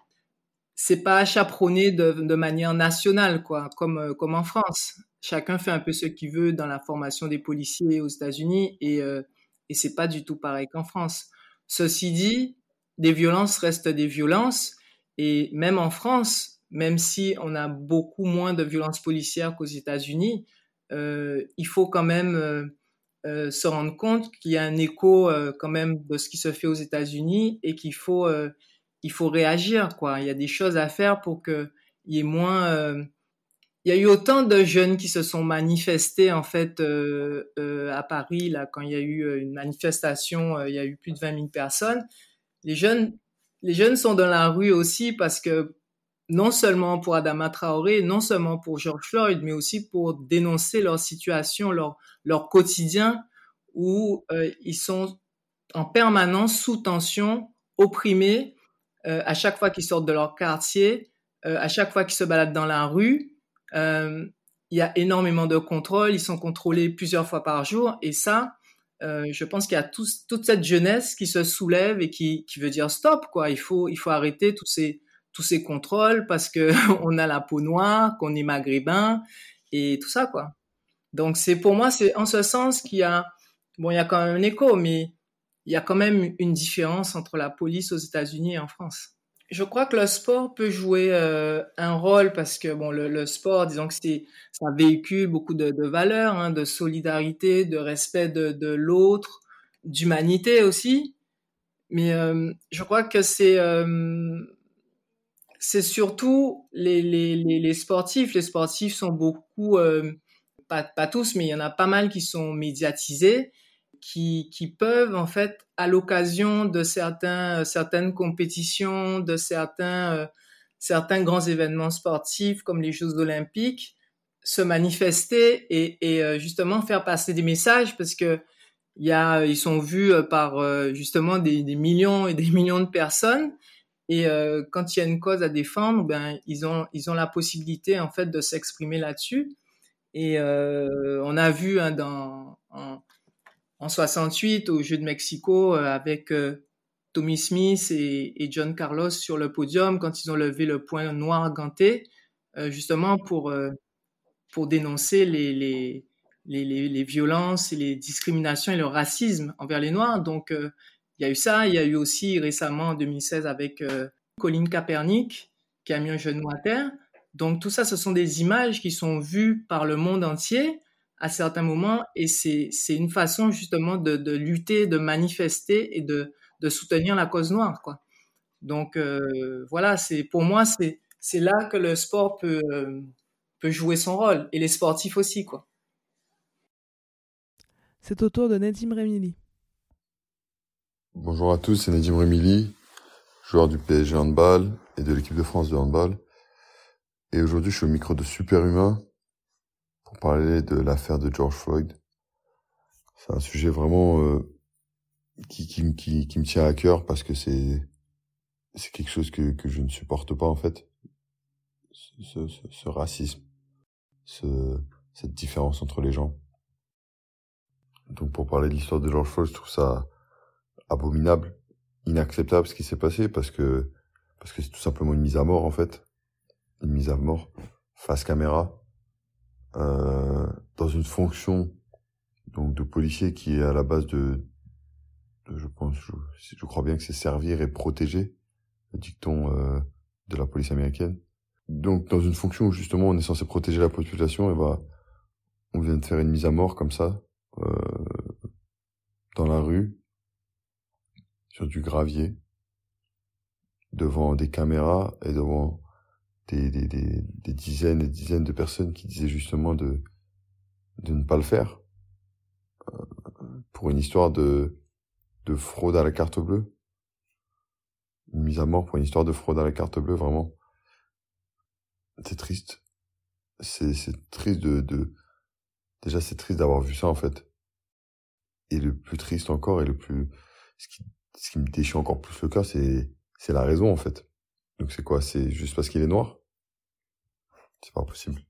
c'est pas chaperonné de, de manière nationale quoi, comme euh, comme en France. Chacun fait un peu ce qu'il veut dans la formation des policiers aux États-Unis et euh, et c'est pas du tout pareil qu'en France. Ceci dit, des violences restent des violences et même en France. Même si on a beaucoup moins de violences policières qu'aux États-Unis, euh, il faut quand même euh, euh, se rendre compte qu'il y a un écho euh, quand même de ce qui se fait aux États-Unis et qu'il faut euh, il faut réagir quoi. Il y a des choses à faire pour que il y ait moins. Euh... Il y a eu autant de jeunes qui se sont manifestés en fait euh, euh, à Paris là quand il y a eu une manifestation, euh, il y a eu plus de vingt mille personnes. Les jeunes les jeunes sont dans la rue aussi parce que non seulement pour Adama Traoré, non seulement pour George Floyd, mais aussi pour dénoncer leur situation, leur, leur quotidien, où euh, ils sont en permanence sous tension, opprimés, euh, à chaque fois qu'ils sortent de leur quartier, euh, à chaque fois qu'ils se baladent dans la rue. Euh, il y a énormément de contrôles, ils sont contrôlés plusieurs fois par jour, et ça, euh, je pense qu'il y a tout, toute cette jeunesse qui se soulève et qui, qui veut dire stop, quoi. Il faut, il faut arrêter tous ces tous ces contrôles parce que on a la peau noire, qu'on est maghrébin et tout ça quoi. Donc c'est pour moi c'est en ce sens qu'il y a bon il y a quand même un écho mais il y a quand même une différence entre la police aux États-Unis et en France. Je crois que le sport peut jouer euh, un rôle parce que bon le, le sport disons que c'est ça véhicule beaucoup de, de valeurs hein, de solidarité, de respect de, de l'autre, d'humanité aussi. Mais euh, je crois que c'est euh, c'est surtout les, les, les, les sportifs. Les sportifs sont beaucoup, euh, pas, pas tous, mais il y en a pas mal qui sont médiatisés, qui, qui peuvent, en fait, à l'occasion de certains, certaines compétitions, de certains, euh, certains grands événements sportifs, comme les Jeux olympiques, se manifester et, et euh, justement faire passer des messages parce que il y a, ils sont vus par euh, justement des, des millions et des millions de personnes. Et euh, quand il y a une cause à défendre, ben ils ont ils ont la possibilité en fait de s'exprimer là-dessus. Et euh, on a vu hein, dans en, en soixante-huit au Jeux de Mexico euh, avec euh, Tommy Smith et, et John Carlos sur le podium quand ils ont levé le poing noir ganté, euh, justement pour euh, pour dénoncer les les les les les violences et les discriminations et le racisme envers les Noirs. Donc euh, il y a eu ça, il y a eu aussi récemment en deux mille seize avec euh, Colin Kaepernick qui a mis un genou à terre. Donc tout ça, ce sont des images qui sont vues par le monde entier à certains moments et c'est c'est une façon justement de de lutter, de manifester et de de soutenir la cause noire quoi. Donc euh, voilà, c'est pour moi c'est c'est là que le sport peut euh, peut jouer son rôle et les sportifs aussi quoi. C'est au tour de Nedim Remili. Bonjour à tous, c'est Nedim Remili, joueur du P S G handball et de l'équipe de France de handball. Et aujourd'hui, je suis au micro de Super Humain pour parler de l'affaire de George Floyd. C'est un sujet vraiment euh, qui, qui, qui, qui me tient à cœur parce que c'est c'est quelque chose que, que je ne supporte pas en fait. Ce, ce, ce racisme, ce, cette différence entre les gens. Donc pour parler de l'histoire de George Floyd, je trouve ça abominable, inacceptable ce qui s'est passé parce que parce que c'est tout simplement une mise à mort en fait, une mise à mort face caméra euh, dans une fonction donc de policier qui est à la base de, de je pense je, je crois bien que c'est servir et protéger, le dicton euh, de la police américaine. Donc dans une fonction où justement on est censé protéger la population, et bah on vient de faire une mise à mort comme ça euh, dans la rue, sur du gravier, devant des caméras et devant des, des, des, des dizaines et des dizaines de personnes qui disaient justement de, de ne pas le faire, euh, pour une histoire de, de fraude à la carte bleue. Une mise à mort pour une histoire de fraude à la carte bleue, vraiment. C'est triste. C'est, c'est triste de, de, déjà c'est triste d'avoir vu ça en fait. Et le plus triste encore et le plus, ce qui, ce qui me déchire encore plus le cœur, c'est, c'est la raison en fait. Donc c'est quoi? C'est juste parce qu'il est noir? C'est pas possible.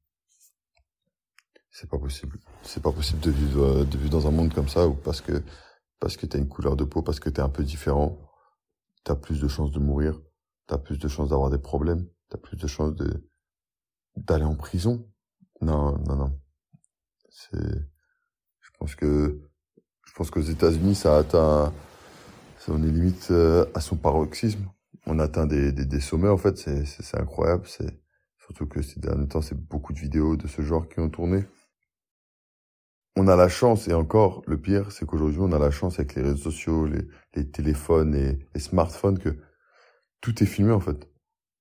C'est pas possible. C'est pas possible de vivre, de vivre dans un monde comme ça ou parce que, parce que t'as une couleur de peau, parce que t'es un peu différent, t'as plus de chances de mourir, t'as plus de chances d'avoir des problèmes, t'as plus de chances de, d'aller en prison. Non, non, non. C'est, je pense que, je pense qu'aux États-Unis, ça atteint, ça, on est limite à son paroxysme. On atteint des, des, des sommets, en fait. C'est, c'est, c'est incroyable. C'est, surtout que ces derniers temps, c'est beaucoup de vidéos de ce genre qui ont tourné. On a la chance, et encore, le pire, c'est qu'aujourd'hui, on a la chance avec les réseaux sociaux, les, les téléphones et les smartphones que tout est filmé, en fait.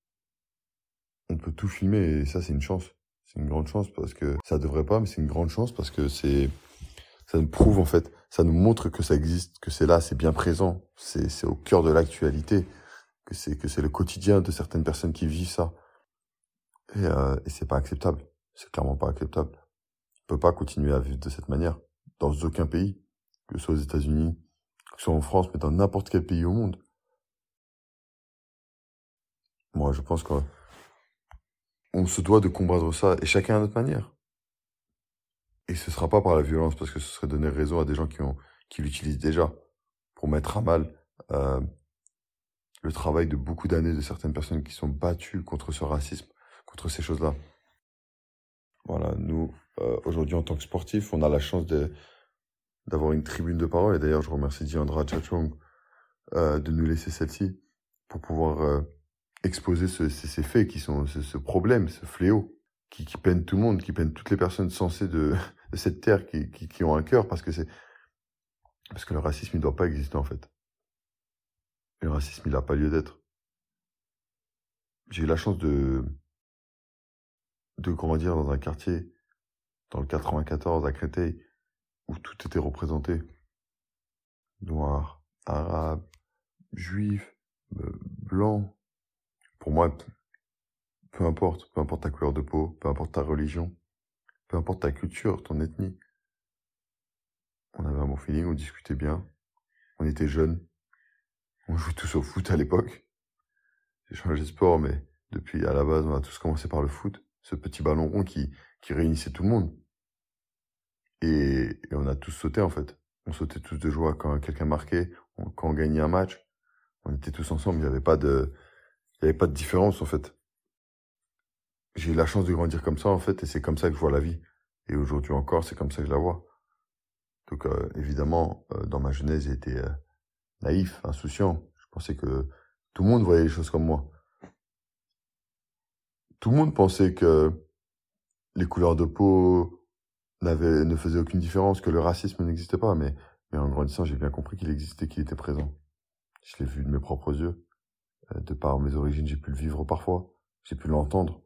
On peut tout filmer et ça, c'est une chance. C'est une grande chance parce que ça devrait pas, mais c'est une grande chance parce que c'est, ça nous prouve, en fait, ça nous montre que ça existe, que c'est là, c'est bien présent, c'est, c'est au cœur de l'actualité, que c'est, que c'est le quotidien de certaines personnes qui vivent ça. Et, euh, et c'est pas acceptable. C'est clairement pas acceptable. On peut pas continuer à vivre de cette manière dans aucun pays, que ce soit aux États-Unis, que ce soit en France, mais dans n'importe quel pays au monde. Moi, je pense qu'on on se doit de combattre ça, et chacun à notre manière. Et ce sera pas par la violence, parce que ce serait donner raison à des gens qui ont, qui l'utilisent déjà pour mettre à mal euh, le travail de beaucoup d'années de certaines personnes qui sont battues contre ce racisme, contre ces choses-là. Voilà, nous, euh, aujourd'hui, en tant que sportifs, on a la chance de, d'avoir une tribune de parole, et d'ailleurs, je remercie Diandra Chachong euh, de nous laisser celle-ci pour pouvoir euh, exposer ce, ces, ces faits qui sont, ce, ce problème, ce fléau, qui, qui peine tout le monde, qui peine toutes les personnes sensées de, de cette terre qui, qui, qui ont un cœur, parce que c'est, parce que le racisme, il doit pas exister, en fait. Le racisme, il n'a pas lieu d'être. J'ai eu la chance de, de grandir dans un quartier, dans le quatre-vingt-quatorze, à Créteil, où tout était représenté. Noirs, arabes, juifs, blancs. Pour moi, peu importe, peu importe ta couleur de peau, peu importe ta religion, peu importe ta culture, ton ethnie. On avait un bon feeling, on discutait bien, on était jeunes, on jouait tous au foot à l'époque. J'ai changé de sport, mais depuis, à la base, on a tous commencé par le foot, ce petit ballon rond qui, qui réunissait tout le monde. Et, et on a tous sauté, en fait. On sautait tous de joie quand quelqu'un marquait, on, quand on gagnait un match. On était tous ensemble, il n'y avait pas de, il n'y avait pas de différence, en fait. J'ai eu la chance de grandir comme ça, en fait, et c'est comme ça que je vois la vie. Et aujourd'hui encore, c'est comme ça que je la vois. Donc, euh, évidemment, euh, dans ma jeunesse, j'ai été euh, naïf, insouciant. Je pensais que tout le monde voyait les choses comme moi. Tout le monde pensait que les couleurs de peau n'avaient, ne faisaient aucune différence, que le racisme n'existait pas. Mais, mais en grandissant, j'ai bien compris qu'il existait, qu'il était présent. Je l'ai vu de mes propres yeux. Euh, de par mes origines, j'ai pu le vivre parfois. J'ai pu l'entendre.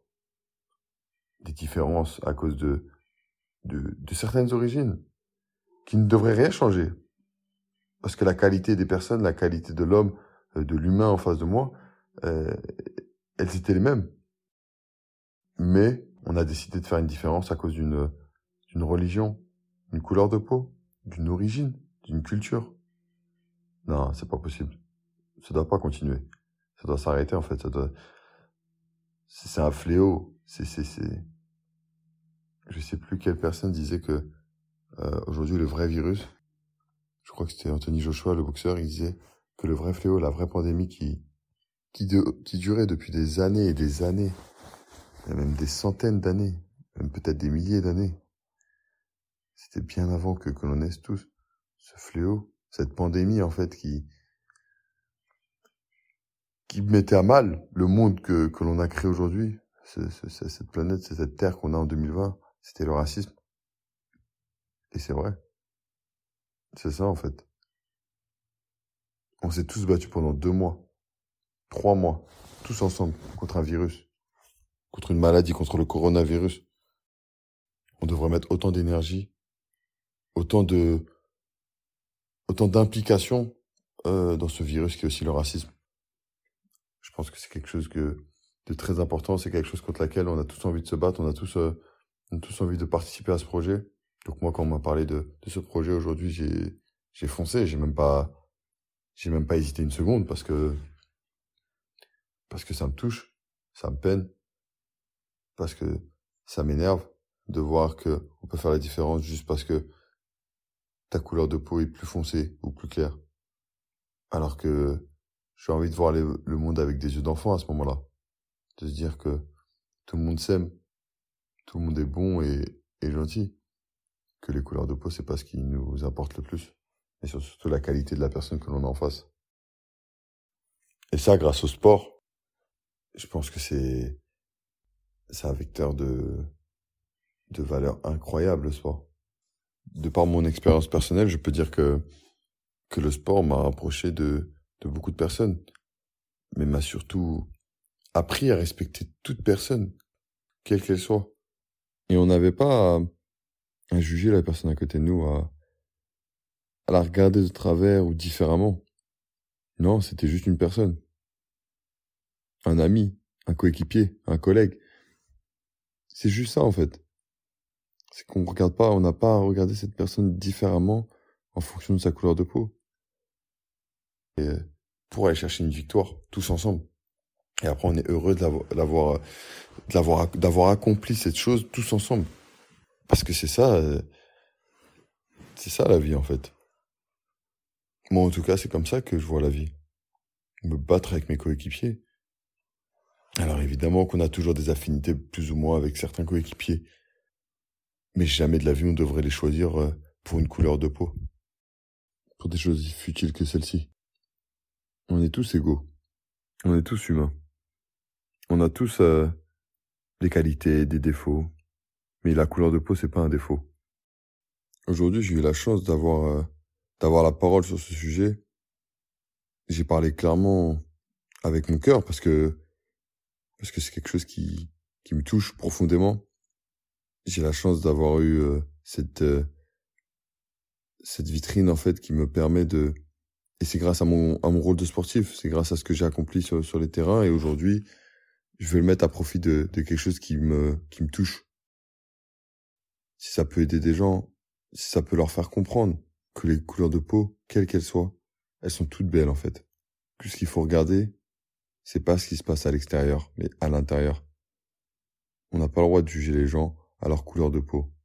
Des différences à cause de, de, de certaines origines qui ne devraient rien changer. Parce que la qualité des personnes, la qualité de l'homme, euh, de l'humain en face de moi, euh, elles étaient les mêmes. Mais on a décidé de faire une différence à cause d'une d'une religion, d'une couleur de peau, d'une origine, d'une culture. Non, c'est pas possible. Ça doit pas continuer. Ça doit s'arrêter, en fait. Ça doit... C'est, c'est un fléau. C'est, c'est, c'est... Je sais plus quelle personne disait que euh, aujourd'hui le vrai virus, je crois que c'était Anthony Joshua, le boxeur, il disait que le vrai fléau, la vraie pandémie qui qui, de, qui durait depuis des années et des années, et même des centaines d'années, même peut-être des milliers d'années, c'était bien avant que, que l'on naisse tous, ce fléau, cette pandémie en fait qui qui mettait à mal le monde que que l'on a créé aujourd'hui, c'est, c'est, c'est cette planète, c'est cette terre qu'on a en deux mille vingt, c'était le racisme. Et c'est vrai. C'est ça, en fait. On s'est tous battus pendant deux mois, trois mois, tous ensemble, contre un virus, contre une maladie, contre le coronavirus. On devrait mettre autant d'énergie, autant de, autant d'implication euh, dans ce virus qui est aussi le racisme. Je pense que c'est quelque chose que, de très important, c'est quelque chose contre laquelle on a tous envie de se battre, on a tous, euh, on a tous envie de participer à ce projet. Donc moi, quand on m'a parlé de, de ce projet aujourd'hui, j'ai, j'ai foncé, j'ai même pas, j'ai même pas hésité une seconde parce que, parce que ça me touche, ça me peine, parce que ça m'énerve de voir que on peut faire la différence juste parce que ta couleur de peau est plus foncée ou plus claire. Alors que j'ai envie de voir les, le monde avec des yeux d'enfant à ce moment-là. De se dire que tout le monde s'aime, tout le monde est bon et, et gentil. Que les couleurs de peau, c'est pas ce qui nous importe le plus. Et surtout la qualité de la personne que l'on a en face. Et ça, grâce au sport, je pense que c'est, c'est un vecteur de, de valeur incroyable, le sport. De par mon expérience personnelle, je peux dire que, que le sport m'a rapproché de, de beaucoup de personnes. Mais m'a surtout appris à respecter toute personne, quelle qu'elle soit. Et on n'avait pas à, à juger la personne à côté de nous, à, à la regarder de travers ou différemment. Non, c'était juste une personne. Un ami, un coéquipier, un collègue. C'est juste ça, en fait. C'est qu'on regarde pas, on n'a pas à regarder cette personne différemment en fonction de sa couleur de peau. Et pour aller chercher une victoire, tous ensemble. Et après, on est heureux de l'avoir, d'avoir, de l'avoir, d'avoir accompli cette chose tous ensemble. Parce que c'est ça, c'est ça la vie, en fait. Moi, en tout cas, c'est comme ça que je vois la vie. Me battre avec mes coéquipiers. Alors évidemment qu'on a toujours des affinités plus ou moins avec certains coéquipiers. Mais jamais de la vie on devrait les choisir pour une couleur de peau. Pour des choses aussi futiles que celle-ci. On est tous égaux. On est tous humains. On a tous euh, des qualités, des défauts. Mais la couleur de peau, c'est pas un défaut. Aujourd'hui, j'ai eu la chance d'avoir euh, d'avoir la parole sur ce sujet. J'ai parlé clairement avec mon cœur parce que parce que c'est quelque chose qui qui me touche profondément. J'ai la chance d'avoir eu euh, cette euh, cette vitrine en fait qui me permet de et c'est grâce à mon à mon rôle de sportif, c'est grâce à ce que j'ai accompli sur sur les terrains et aujourd'hui, je veux le mettre à profit de de quelque chose qui me qui me touche. Si ça peut aider des gens, si ça peut leur faire comprendre que les couleurs de peau, quelles qu'elles soient, elles sont toutes belles en fait. Que ce qu'il faut regarder, c'est pas ce qui se passe à l'extérieur, mais à l'intérieur. On n'a pas le droit de juger les gens à leur couleur de peau.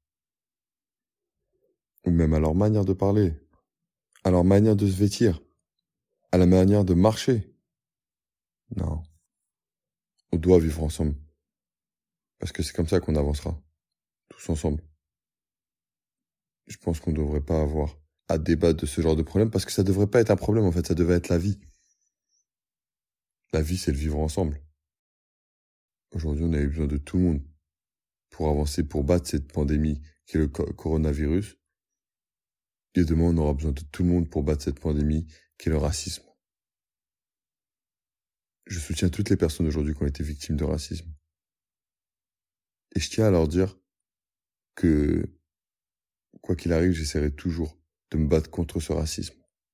Ou même à leur manière de parler, à leur manière de se vêtir, à la manière de marcher. Non. On doit vivre ensemble. Parce que c'est comme ça qu'on avancera. Tous ensemble. Je pense qu'on ne devrait pas avoir à débattre de ce genre de problème parce que ça devrait pas être un problème en fait, ça devrait être la vie. La vie, c'est le vivre ensemble. Aujourd'hui, on a eu besoin de tout le monde pour avancer, pour battre cette pandémie qui est le coronavirus. Et demain, on aura besoin de tout le monde pour battre cette pandémie qui est le racisme. Je soutiens toutes les personnes aujourd'hui qui ont été victimes de racisme. Et je tiens à leur dire que, quoi qu'il arrive, j'essaierai toujours de me battre contre ce racisme.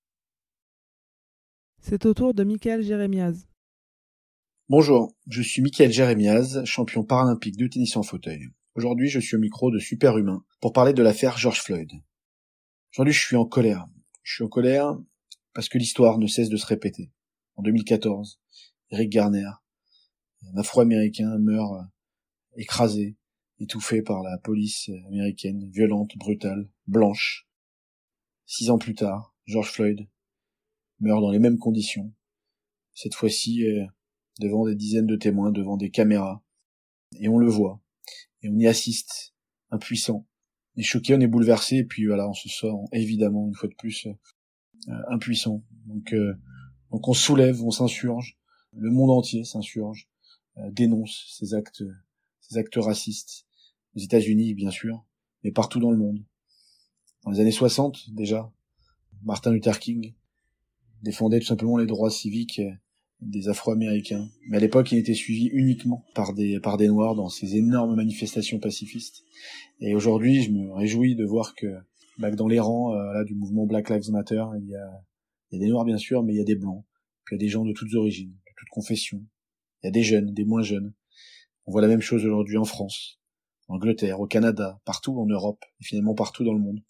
C'est au tour de Michael Jérémiaz. Bonjour, je suis Michael Jérémiaz, champion paralympique de tennis en fauteuil. Aujourd'hui, je suis au micro de Super Humain pour parler de l'affaire George Floyd. Aujourd'hui, je suis en colère. Je suis en colère parce que l'histoire ne cesse de se répéter. En deux mille quatorze, Eric Garner, un Afro-Américain, meurt écrasé, étouffé par la police américaine, violente, brutale, blanche. Six ans plus tard, George Floyd meurt dans les mêmes conditions, cette fois-ci euh, devant des dizaines de témoins, devant des caméras, et on le voit, et on y assiste, impuissant, et choqué, on est bouleversé, et puis voilà, on se sort évidemment une fois de plus euh, impuissant. Donc, euh, donc on se soulève, on s'insurge, le monde entier s'insurge, euh, dénonce ces actes, ces actes racistes, aux États-Unis bien sûr, mais partout dans le monde. Dans les années soixante déjà, Martin Luther King défendait tout simplement les droits civiques des Afro-Américains. Mais à l'époque, il était suivi uniquement par des, par des Noirs dans ces énormes manifestations pacifistes. Et aujourd'hui, je me réjouis de voir que, bah, que dans les rangs euh, là, du mouvement Black Lives Matter, il y, a, il y a des Noirs bien sûr, mais il y a des Blancs. Puis il y a des gens de toutes origines, de toutes confessions. Il y a des jeunes, des moins jeunes. On voit la même chose aujourd'hui en France, en Angleterre, au Canada, partout en Europe, et finalement partout dans le monde.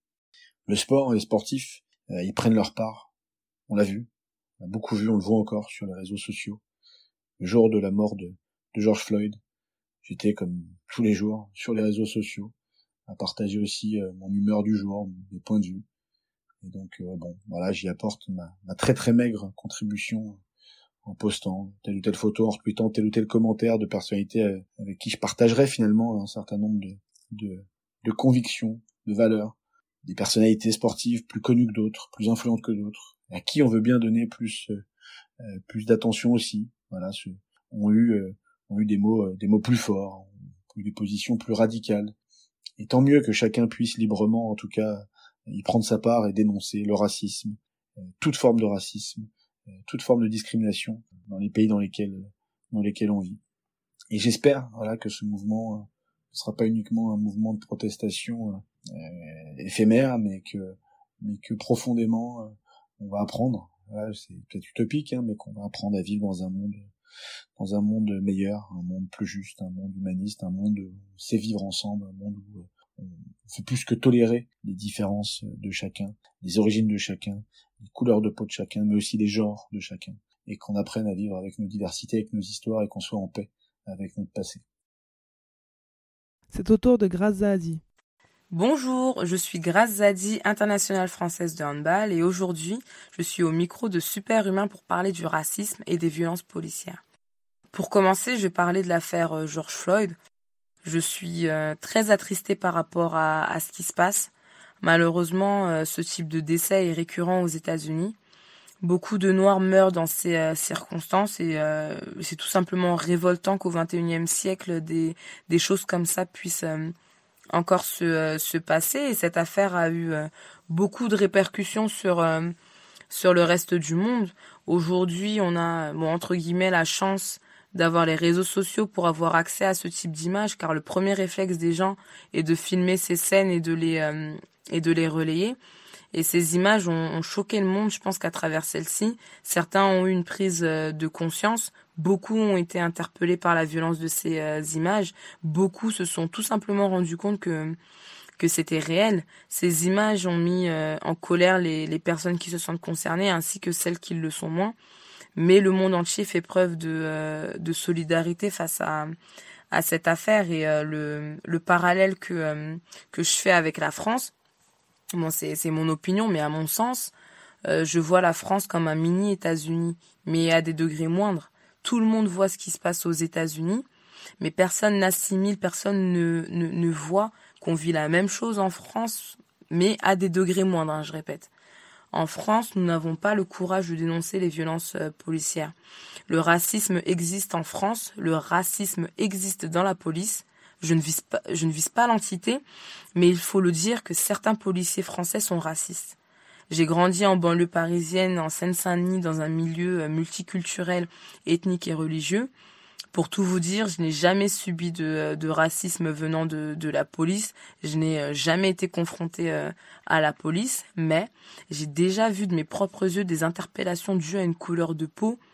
Le sport et les sportifs, euh, ils prennent leur part. On l'a vu, on a beaucoup vu, on le voit encore sur les réseaux sociaux. Le jour de la mort de, de George Floyd, j'étais comme tous les jours sur les réseaux sociaux, à partager aussi euh, mon humeur du jour, mes points de vue. Et donc euh, bon, voilà, j'y apporte ma, ma très très maigre contribution en postant telle ou telle photo, en retweetant tel ou tel commentaire de personnalités euh, avec qui je partagerai finalement un certain nombre de, de, de convictions, de valeurs, des personnalités sportives plus connues que d'autres, plus influentes que d'autres, à qui on veut bien donner plus euh, plus d'attention aussi. Voilà, ceux ont eu euh, ont eu des mots euh, des mots plus forts, ont eu des positions plus radicales. Et tant mieux que chacun puisse librement, en tout cas, y prendre sa part et dénoncer le racisme, euh, toute forme de racisme, euh, toute forme de discrimination dans les pays dans lesquels dans lesquels on vit. Et j'espère, voilà, que ce mouvement euh, ne sera pas uniquement un mouvement de protestation euh, éphémère, mais que mais que profondément euh, on va apprendre, voilà, c'est peut-être utopique, hein, mais qu'on va apprendre à vivre dans un monde, dans un monde meilleur, un monde plus juste, un monde humaniste, un monde où on sait vivre ensemble, un monde où on fait plus que tolérer les différences de chacun, les origines de chacun, les couleurs de peau de chacun, mais aussi les genres de chacun, et qu'on apprenne à vivre avec nos diversités, avec nos histoires, et qu'on soit en paix avec notre passé. C'est au tour de Grace Zahadi. Bonjour, je suis Grace Zahadi, internationale française de handball, et aujourd'hui, je suis au micro de Super Humain pour parler du racisme et des violences policières. Pour commencer, je vais parler de l'affaire George Floyd. Je suis euh, très attristée par rapport à, à ce qui se passe. Malheureusement, euh, ce type de décès est récurrent aux États-Unis. Beaucoup de Noirs meurent dans ces euh, circonstances et euh, c'est tout simplement révoltant qu'au vingt et unième siècle, des, des choses comme ça puissent euh, encore se, euh, se passer. Et cette affaire a eu euh, beaucoup de répercussions sur, euh, sur le reste du monde. Aujourd'hui, on a, bon, entre guillemets, la chance d'avoir les réseaux sociaux pour avoir accès à ce type d'images, car le premier réflexe des gens est de filmer ces scènes et de les, euh, et de les relayer. Et ces images ont, ont choqué le monde, je pense qu'à travers celles-ci, certains ont eu une prise de conscience, beaucoup ont été interpellés par la violence de ces euh, images, beaucoup se sont tout simplement rendus compte que que c'était réel. Ces images ont mis euh, en colère les, les personnes qui se sentent concernées, ainsi que celles qui le sont moins. Mais le monde entier fait preuve de, euh, de solidarité face à, à cette affaire, et euh, le, le parallèle que, euh, que je fais avec la France, bon, c'est, c'est mon opinion, mais à mon sens, euh, je vois la France comme un mini États-Unis, mais à des degrés moindres. Tout le monde voit ce qui se passe aux États-Unis, mais personne n'assimile, personne ne, ne, ne voit qu'on vit la même chose en France, mais à des degrés moindres, hein, je répète. En France, nous n'avons pas le courage de dénoncer les violences euh, policières. Le racisme existe en France, le racisme existe dans la police. Je ne vise pas, je ne vise pas l'entité, mais il faut le dire que certains policiers français sont racistes. J'ai grandi en banlieue parisienne, en Seine-Saint-Denis, dans un milieu euh, multiculturel, ethnique et religieux. Pour tout vous dire, je n'ai jamais subi de, de racisme venant de, de la police. Je n'ai jamais été confrontée à la police, mais j'ai déjà vu de mes propres yeux des interpellations dues à une couleur de peau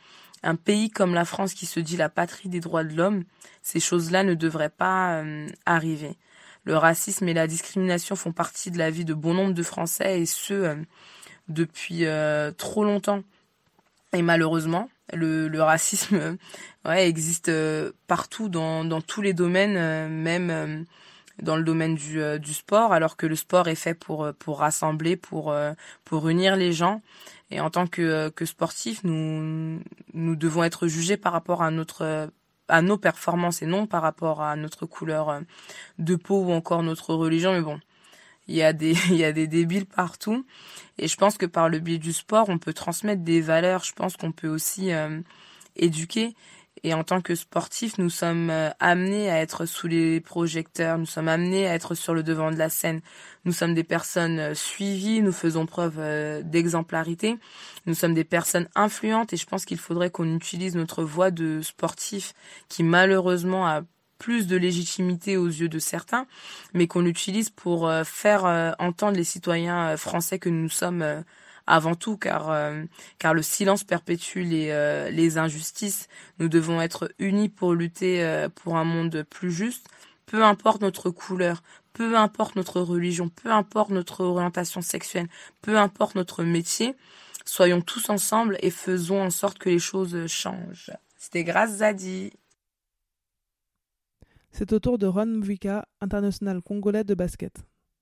un pays comme la France qui se dit la patrie des droits de l'homme, ces choses-là ne devraient pas euh, arriver. Le racisme et la discrimination font partie de la vie de bon nombre de Français et ce, euh, depuis euh, trop longtemps. Et malheureusement, le, le racisme euh, ouais, existe euh, partout, dans, dans tous les domaines, euh, même euh, dans le domaine du, euh, du sport, alors que le sport est fait pour, pour rassembler, pour, euh, pour unir les gens. Et en tant que, que sportifs, nous, nous devons être jugés par rapport à notre... à nos performances et non par rapport à notre couleur de peau ou encore notre religion. Mais bon, il y a des, il y a des débiles partout. Et je pense que par le biais du sport, on peut transmettre des valeurs. Je pense qu'on peut aussi euh, éduquer. Et en tant que sportifs, nous sommes euh, amenés à être sous les projecteurs. Nous sommes amenés à être sur le devant de la scène. Nous sommes des personnes euh, suivies. Nous faisons preuve euh, d'exemplarité. Nous sommes des personnes influentes. Et je pense qu'il faudrait qu'on utilise notre voix de sportif qui malheureusement a plus de légitimité aux yeux de certains, mais qu'on l'utilise pour euh, faire euh, entendre les citoyens euh, français que nous sommes euh, avant tout, car euh, car le silence perpétue les euh, les injustices. Nous devons être unis pour lutter euh, pour un monde plus juste. Peu importe notre couleur, peu importe notre religion, peu importe notre orientation sexuelle, peu importe notre métier, soyons tous ensemble et faisons en sorte que les choses changent. C'était Grace Zadi. C'est au tour de Ron Mvika, international congolais de basket.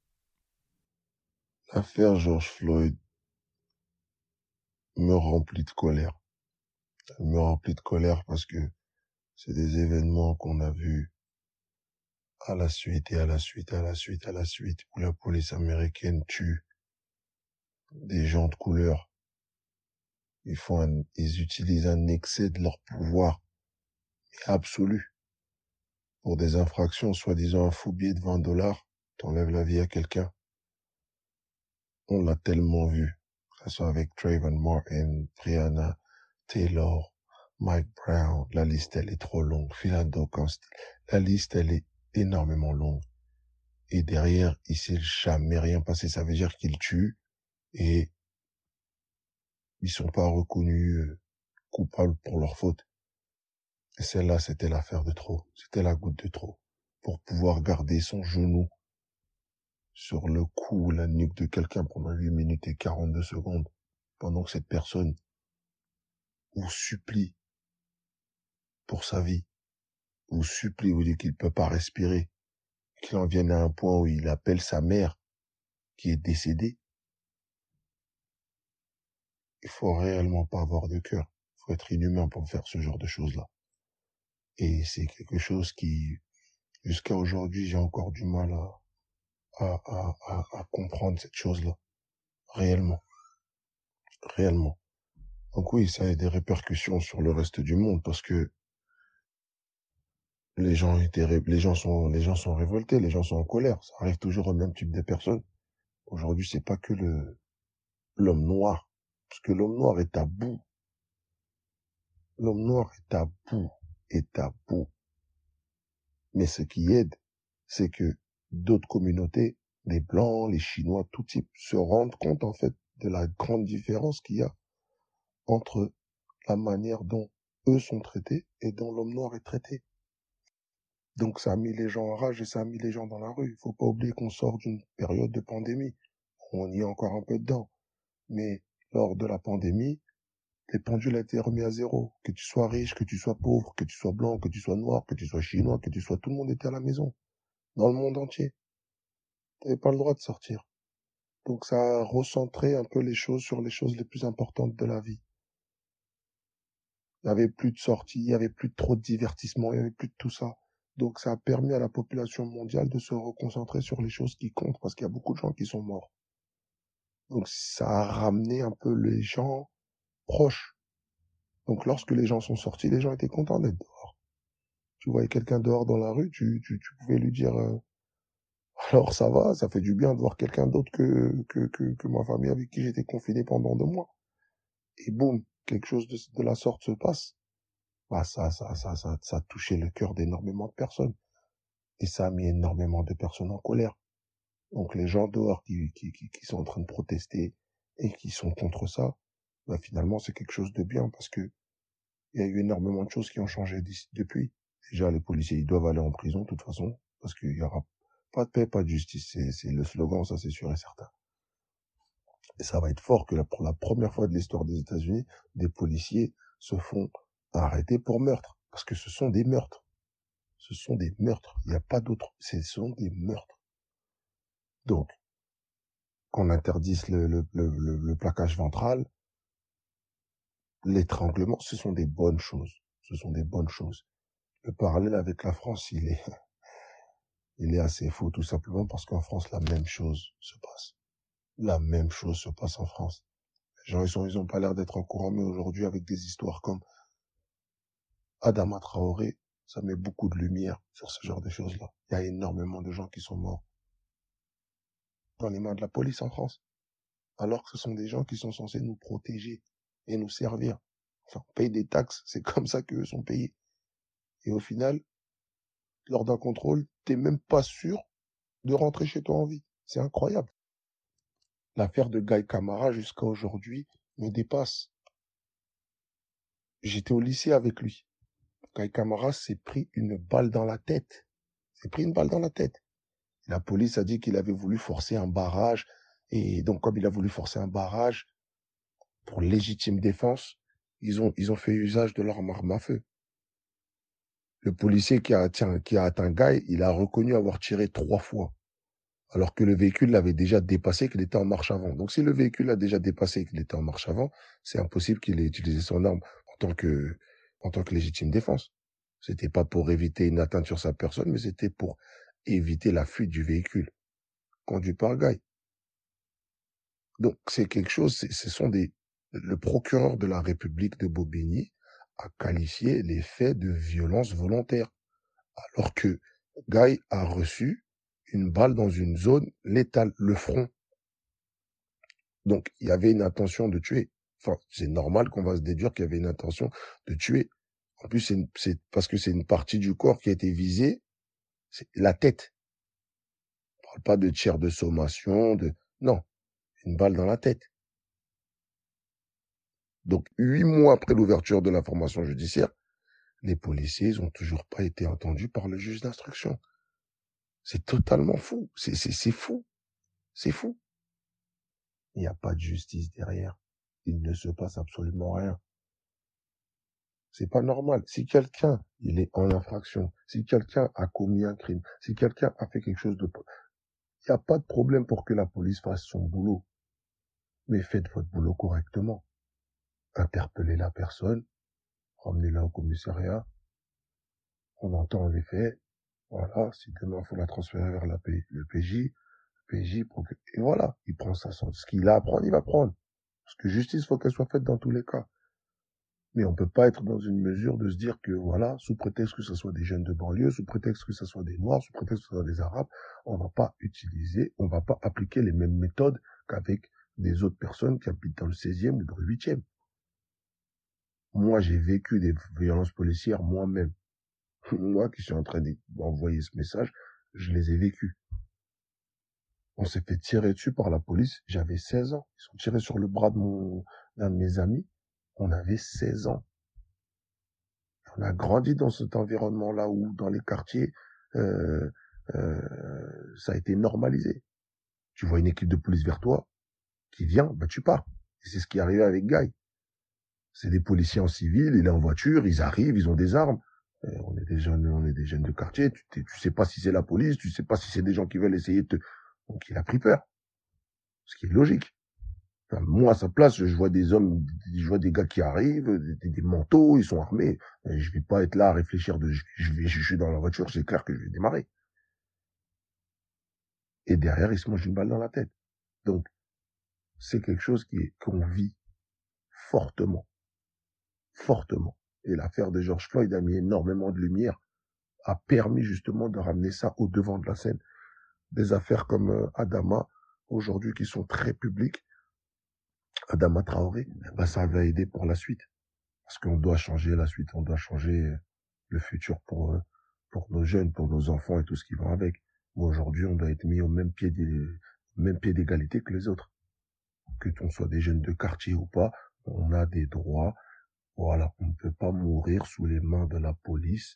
L'affaire George Floyd me remplit de colère. Elle me remplit de colère parce que c'est des événements qu'on a vus à la suite et à la suite, à la suite, à la suite, où la police américaine tue des gens de couleur. Ils font un, ils utilisent un excès de leur pouvoir absolu pour des infractions, soi-disant un faux billet de vingt dollars, t'enlèves la vie à quelqu'un. On l'a tellement vu, que ce soit avec Trayvon Martin, Breonna Taylor, Mike Brown, la liste elle est trop longue, Philadelphia, la liste elle est énormément longue. Et derrière, il s'est jamais rien passé, ça veut dire qu'ils tuent et ils sont pas reconnus coupables pour leur faute. Et celle-là, c'était l'affaire de trop, c'était la goutte de trop, pour pouvoir garder son genou sur le cou ou la nuque de quelqu'un pendant huit minutes et quarante-deux secondes, pendant que cette personne vous supplie pour sa vie, vous supplie, vous dit qu'il peut pas respirer, qu'il en vienne à un point où il appelle sa mère, qui est décédée. Il faut réellement pas avoir de cœur, il faut être inhumain pour faire ce genre de choses-là. Et c'est quelque chose qui, jusqu'à aujourd'hui, j'ai encore du mal à, à, à, à, à comprendre cette chose-là. Réellement. Réellement. Donc oui, ça a des répercussions sur le reste du monde parce que les gens étaient, ré... les gens sont, les gens sont révoltés, les gens sont en colère. Ça arrive toujours au même type de personnes. Aujourd'hui, c'est pas que le, l'homme noir. Parce que l'homme noir est à bout. L'homme noir est à bout. Est à bout. Mais ce qui aide, c'est que d'autres communautés, les Blancs, les Chinois, tout type, se rendent compte, en fait, de la grande différence qu'il y a entre la manière dont eux sont traités et dont l'homme noir est traité. Donc ça a mis les gens en rage et ça a mis les gens dans la rue. Il faut pas oublier qu'on sort d'une période de pandémie. On y est encore un peu dedans. Mais lors de la pandémie, les pendules étaient remis à zéro. Que tu sois riche, que tu sois pauvre, que tu sois blanc, que tu sois noir, que tu sois chinois, que tu sois... Tout le monde était à la maison. Dans le monde entier. Tu n'avais pas le droit de sortir. Donc ça a recentré un peu les choses sur les choses les plus importantes de la vie. Il n'y avait plus de sorties, il n'y avait plus de trop de divertissement, il n'y avait plus de tout ça. Donc ça a permis à la population mondiale de se reconcentrer sur les choses qui comptent, parce qu'il y a beaucoup de gens qui sont morts. Donc ça a ramené un peu les gens proches. Donc lorsque les gens sont sortis, les gens étaient contents d'être dehors. Tu voyais quelqu'un dehors dans la rue, tu, tu, tu pouvais lui dire euh, alors ça va, ça fait du bien de voir quelqu'un d'autre que, que, que, que ma famille avec qui j'étais confiné pendant deux mois. Et boum, quelque chose de, de la sorte se passe. Bah ça, ça, ça, ça, ça a touché le cœur d'énormément de personnes. Et ça a mis énormément de personnes en colère. Donc les gens dehors qui, qui, qui, qui sont en train de protester et qui sont contre ça, bah finalement c'est quelque chose de bien parce que il y a eu énormément de choses qui ont changé d'ici- depuis. Déjà, les policiers, ils doivent aller en prison, de toute façon, parce qu'il y aura pas de paix, pas de justice. C'est, c'est le slogan, ça c'est sûr et certain. Et ça va être fort que la- pour la première fois de l'histoire des États-Unis, des policiers se font arrêter pour meurtre. Parce que ce sont des meurtres. Ce sont des meurtres. Il n'y a pas d'autre. Ce sont des meurtres. Donc, qu'on interdise le, le, le, le, le plaquage ventral, l'étranglement, ce sont des bonnes choses. Ce sont des bonnes choses. Le parallèle avec la France, il est, il est assez faux, tout simplement parce qu'en France, la même chose se passe. La même chose se passe en France. Les gens, ils sont, ils ont pas l'air d'être au courant, mais aujourd'hui, avec des histoires comme Adama Traoré, ça met beaucoup de lumière sur ce genre de choses-là. Il y a énormément de gens qui sont morts dans les mains de la police en France, alors que ce sont des gens qui sont censés nous protéger et nous servir. Enfin, on paye des taxes, c'est comme ça qu'eux sont payés. Et au final, lors d'un contrôle, t'es même pas sûr de rentrer chez toi en vie. C'est incroyable. L'affaire de Guy Camara jusqu'à aujourd'hui me dépasse. J'étais au lycée avec lui. Guy Camara s'est pris une balle dans la tête. S'est pris une balle dans la tête. La police a dit qu'il avait voulu forcer un barrage. Et donc, comme il a voulu forcer un barrage, pour légitime défense, ils ont, ils ont fait usage de leur arme à feu. Le policier qui a, tiens, qui a atteint Guy, il a reconnu avoir tiré trois fois. Alors que le véhicule l'avait déjà dépassé, qu'il était en marche avant. Donc, si le véhicule a déjà dépassé et qu'il était en marche avant, c'est impossible qu'il ait utilisé son arme en tant que, en tant que légitime défense. C'était pas pour éviter une atteinte sur sa personne, mais c'était pour éviter la fuite du véhicule conduit par Guy. Donc, c'est quelque chose, c'est- ce sont des, le procureur de la République de Bobigny a qualifié les faits de violence volontaire, alors que Guy a reçu une balle dans une zone létale, le front. Donc, il y avait une intention de tuer. Enfin, c'est normal qu'on va se déduire qu'il y avait une intention de tuer. En plus, c'est une- c'est parce que c'est une partie du corps qui a été visée, c'est la tête. On parle pas de tir de sommation, de, non, une balle dans la tête. Donc, huit mois après l'ouverture de l'information judiciaire, les policiers, ils ont toujours pas été entendus par le juge d'instruction. C'est totalement fou. C'est, c'est, c'est fou. C'est fou. Il n'y a pas de justice derrière. Il ne se passe absolument rien. C'est pas normal. Si quelqu'un, il est en infraction, si quelqu'un a commis un crime, si quelqu'un a fait quelque chose de... Il n'y a pas de problème pour que la police fasse son boulot. Mais faites votre boulot correctement. Interpellez la personne, ramenez-la au commissariat, on entend les faits, voilà, si demain il faut la transférer vers la P- le P J, le P J, pour que- et voilà, il prend ça, ce qu'il a à prendre, il va prendre. Parce que justice, faut qu'elle soit faite dans tous les cas. Mais on peut pas être dans une mesure de se dire que, voilà, sous prétexte que ce soit des jeunes de banlieue, sous prétexte que ce soit des Noirs, sous prétexte que ce soit des Arabes, on va pas utiliser, on va pas appliquer les mêmes méthodes qu'avec des autres personnes qui habitent dans le seizième ou dans le huitième. Moi, j'ai vécu des violences policières moi-même. Moi qui suis en train d'envoyer ce message, je les ai vécues. On s'est fait tirer dessus par la police, j'avais seize ans. Ils sont tirés sur le bras de mon, d'un de mes amis. On avait seize ans. On a grandi dans cet environnement-là où, dans les quartiers, euh, euh, ça a été normalisé. Tu vois une équipe de police vers toi, qui vient, bah tu pars. Et c'est ce qui est arrivé avec Guy. C'est des policiers en civil, il est en voiture, ils arrivent, ils ont des armes. Euh, on est des jeunes, on est des jeunes de quartier, tu, t'es- tu sais pas si c'est la police, tu sais pas si c'est des gens qui veulent essayer de te... Donc il a pris peur. Ce qui est logique. Enfin, moi, à sa place, je vois des hommes, je vois des gars qui arrivent, des, des manteaux, ils sont armés. Et je vais pas être là à réfléchir de, je, je vais, je suis dans la voiture, c'est clair que je vais démarrer. Et derrière, il se mange une balle dans la tête. Donc, c'est quelque chose qui est, qu'on vit fortement. Fortement. Et l'affaire de George Floyd a mis énormément de lumière, a permis justement de ramener ça au devant de la scène. Des affaires comme euh, Adama, aujourd'hui, qui sont très publiques, Adama Traoré, bah, ça va aider pour la suite. Parce qu'on doit changer la suite, on doit changer le futur pour, euh, pour nos jeunes, pour nos enfants et tout ce qui va avec. Mais aujourd'hui, on doit être mis au même pied des, même pied d'égalité que les autres. Que l'on soit des jeunes de quartier ou pas, on a des droits Voilà, on ne peut pas mourir sous les mains de la police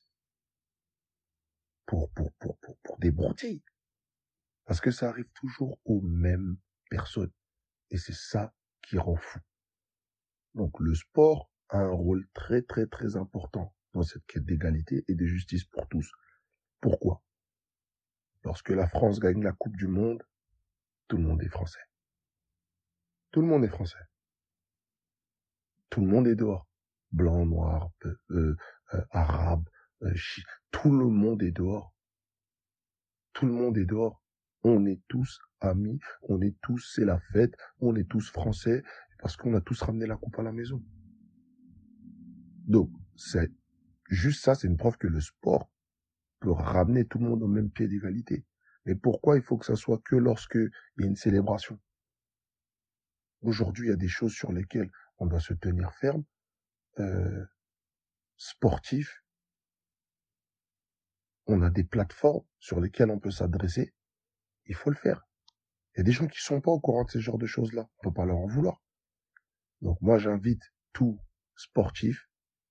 pour, pour, pour, pour, pour des broutilles. Parce que ça arrive toujours aux mêmes personnes. Et c'est ça qui rend fou. Donc le sport a un rôle très très très important dans cette quête d'égalité et de justice pour tous. Pourquoi? Lorsque la France gagne la Coupe du Monde, tout le monde est français. Tout le monde est français. Tout le monde est dehors. Blanc, noir, euh, euh, arabe, euh, chi... tout le monde est dehors. Tout le monde est dehors. On est tous amis, on est tous, c'est la fête, on est tous français, parce qu'on a tous ramené la coupe à la maison. Donc, c'est juste ça, c'est une preuve que le sport peut ramener tout le monde au même pied d'égalité. Mais pourquoi il faut que ça soit que lorsque il y a une célébration? Aujourd'hui, il y a des choses sur lesquelles on doit se tenir ferme, euh, sportifs. On a des plateformes sur lesquelles on peut s'adresser. Il faut le faire. Il y a des gens qui sont pas au courant de ce genre de choses-là. On peut pas leur en vouloir. Donc moi, j'invite tout sportif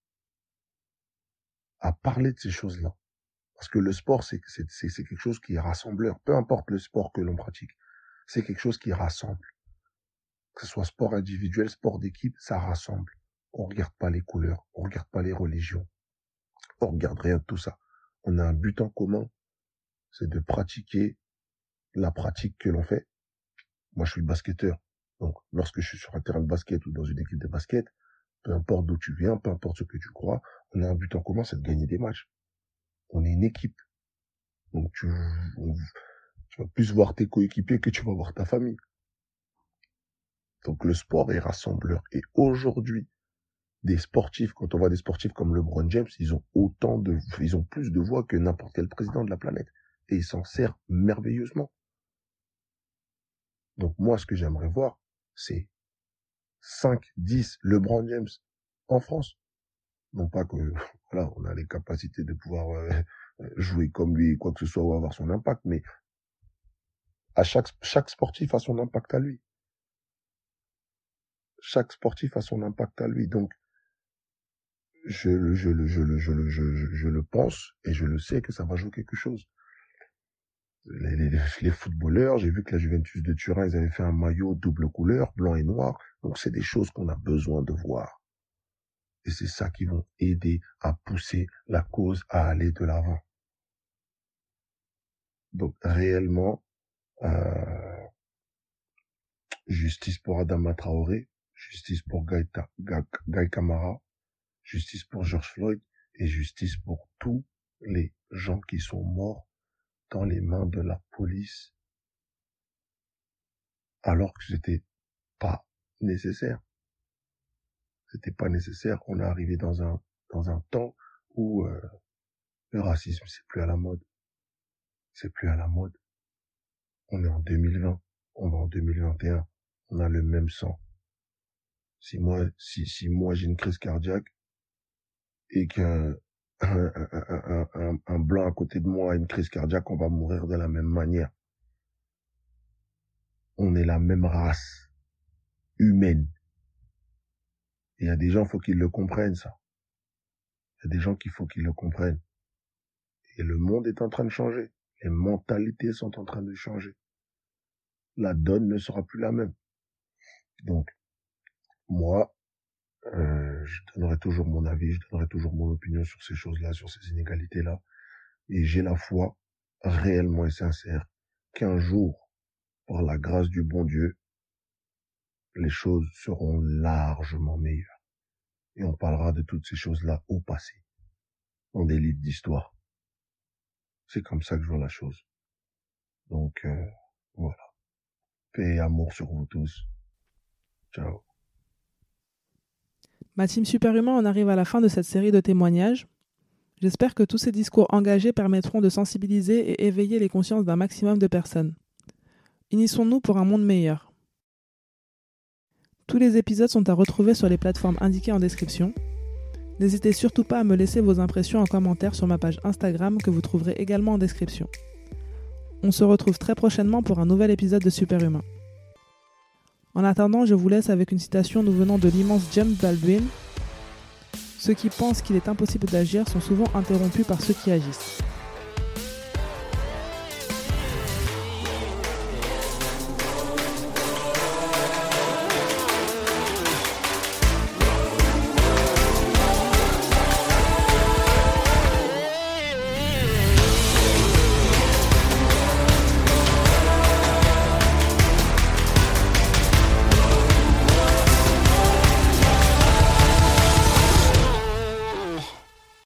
à parler de ces choses-là. Parce que le sport, c'est, c'est, c'est, c'est quelque chose qui est rassembleur. Peu importe le sport que l'on pratique. C'est quelque chose qui rassemble. Que ce soit sport individuel, sport d'équipe, ça rassemble. On regarde pas les couleurs. On regarde pas les religions. On regarde rien de tout ça. On a un but en commun. C'est de pratiquer la pratique que l'on fait. Moi, je suis basketteur. Donc, lorsque je suis sur un terrain de basket ou dans une équipe de basket, peu importe d'où tu viens, peu importe ce que tu crois, on a un but en commun, c'est de gagner des matchs. On est une équipe. Donc, tu, on, tu vas plus voir tes coéquipiers que tu vas voir ta famille. Donc, le sport est rassembleur. Et aujourd'hui, des sportifs, quand on voit des sportifs comme LeBron James, ils ont autant de, ils ont plus de voix que n'importe quel président de la planète. Et ils s'en servent merveilleusement. Donc moi, ce que j'aimerais voir, c'est cinq, dix LeBron James en France. Non pas que, voilà, on a les capacités de pouvoir euh, jouer comme lui, quoi que ce soit, ou avoir son impact, mais à chaque, chaque sportif a son impact à lui. Chaque sportif a son impact à lui. Donc, je, je, je, je, je, je, je, je le pense et je le sais que ça va jouer quelque chose. Les, les, les footballeurs, j'ai vu que la Juventus de Turin, ils avaient fait un maillot double couleur, blanc et noir. Donc, c'est des choses qu'on a besoin de voir. Et c'est ça qui vont aider à pousser la cause à aller de l'avant. Donc, réellement, euh, justice pour Adama Traoré, justice pour Guy, Guy Camara, justice pour George Floyd et justice pour tous les gens qui sont morts dans les mains de la police, alors que c'était pas nécessaire. C'était pas nécessaire. On est arrivé dans un dans un temps où euh, le racisme c'est plus à la mode. C'est plus à la mode. On est en deux mille vingt, on va en deux mille vingt et un. On a le même sang. Si moi si si moi j'ai une crise cardiaque et qu'un Un, un, un, un, un blanc à côté de moi a une crise cardiaque, on va mourir de la même manière. On est la même race humaine. Il y a des gens, il faut qu'ils le comprennent, ça. Il y a des gens qu'il faut qu'ils le comprennent. Et le monde est en train de changer. Les mentalités sont en train de changer. La donne ne sera plus la même. Donc, moi, Euh, je donnerai toujours mon avis, je donnerai toujours mon opinion sur ces choses-là, sur ces inégalités-là. Et j'ai la foi réellement et sincère qu'un jour, par la grâce du bon Dieu, les choses seront largement meilleures. Et on parlera de toutes ces choses-là au passé, dans des livres d'histoire. C'est comme ça que je vois la chose. Donc, euh, voilà. Paix et amour sur vous tous. Ciao. Ma team Superhumain, on arrive à la fin de cette série de témoignages. J'espère que tous ces discours engagés permettront de sensibiliser et éveiller les consciences d'un maximum de personnes. Unissons-nous pour un monde meilleur. Tous les épisodes sont à retrouver sur les plateformes indiquées en description. N'hésitez surtout pas à me laisser vos impressions en commentaire sur ma page Instagram que vous trouverez également en description. On se retrouve très prochainement pour un nouvel épisode de Superhumain. En attendant, je vous laisse avec une citation nous venant de l'immense James Baldwin. Ceux qui pensent qu'il est impossible d'agir sont souvent interrompus par ceux qui agissent.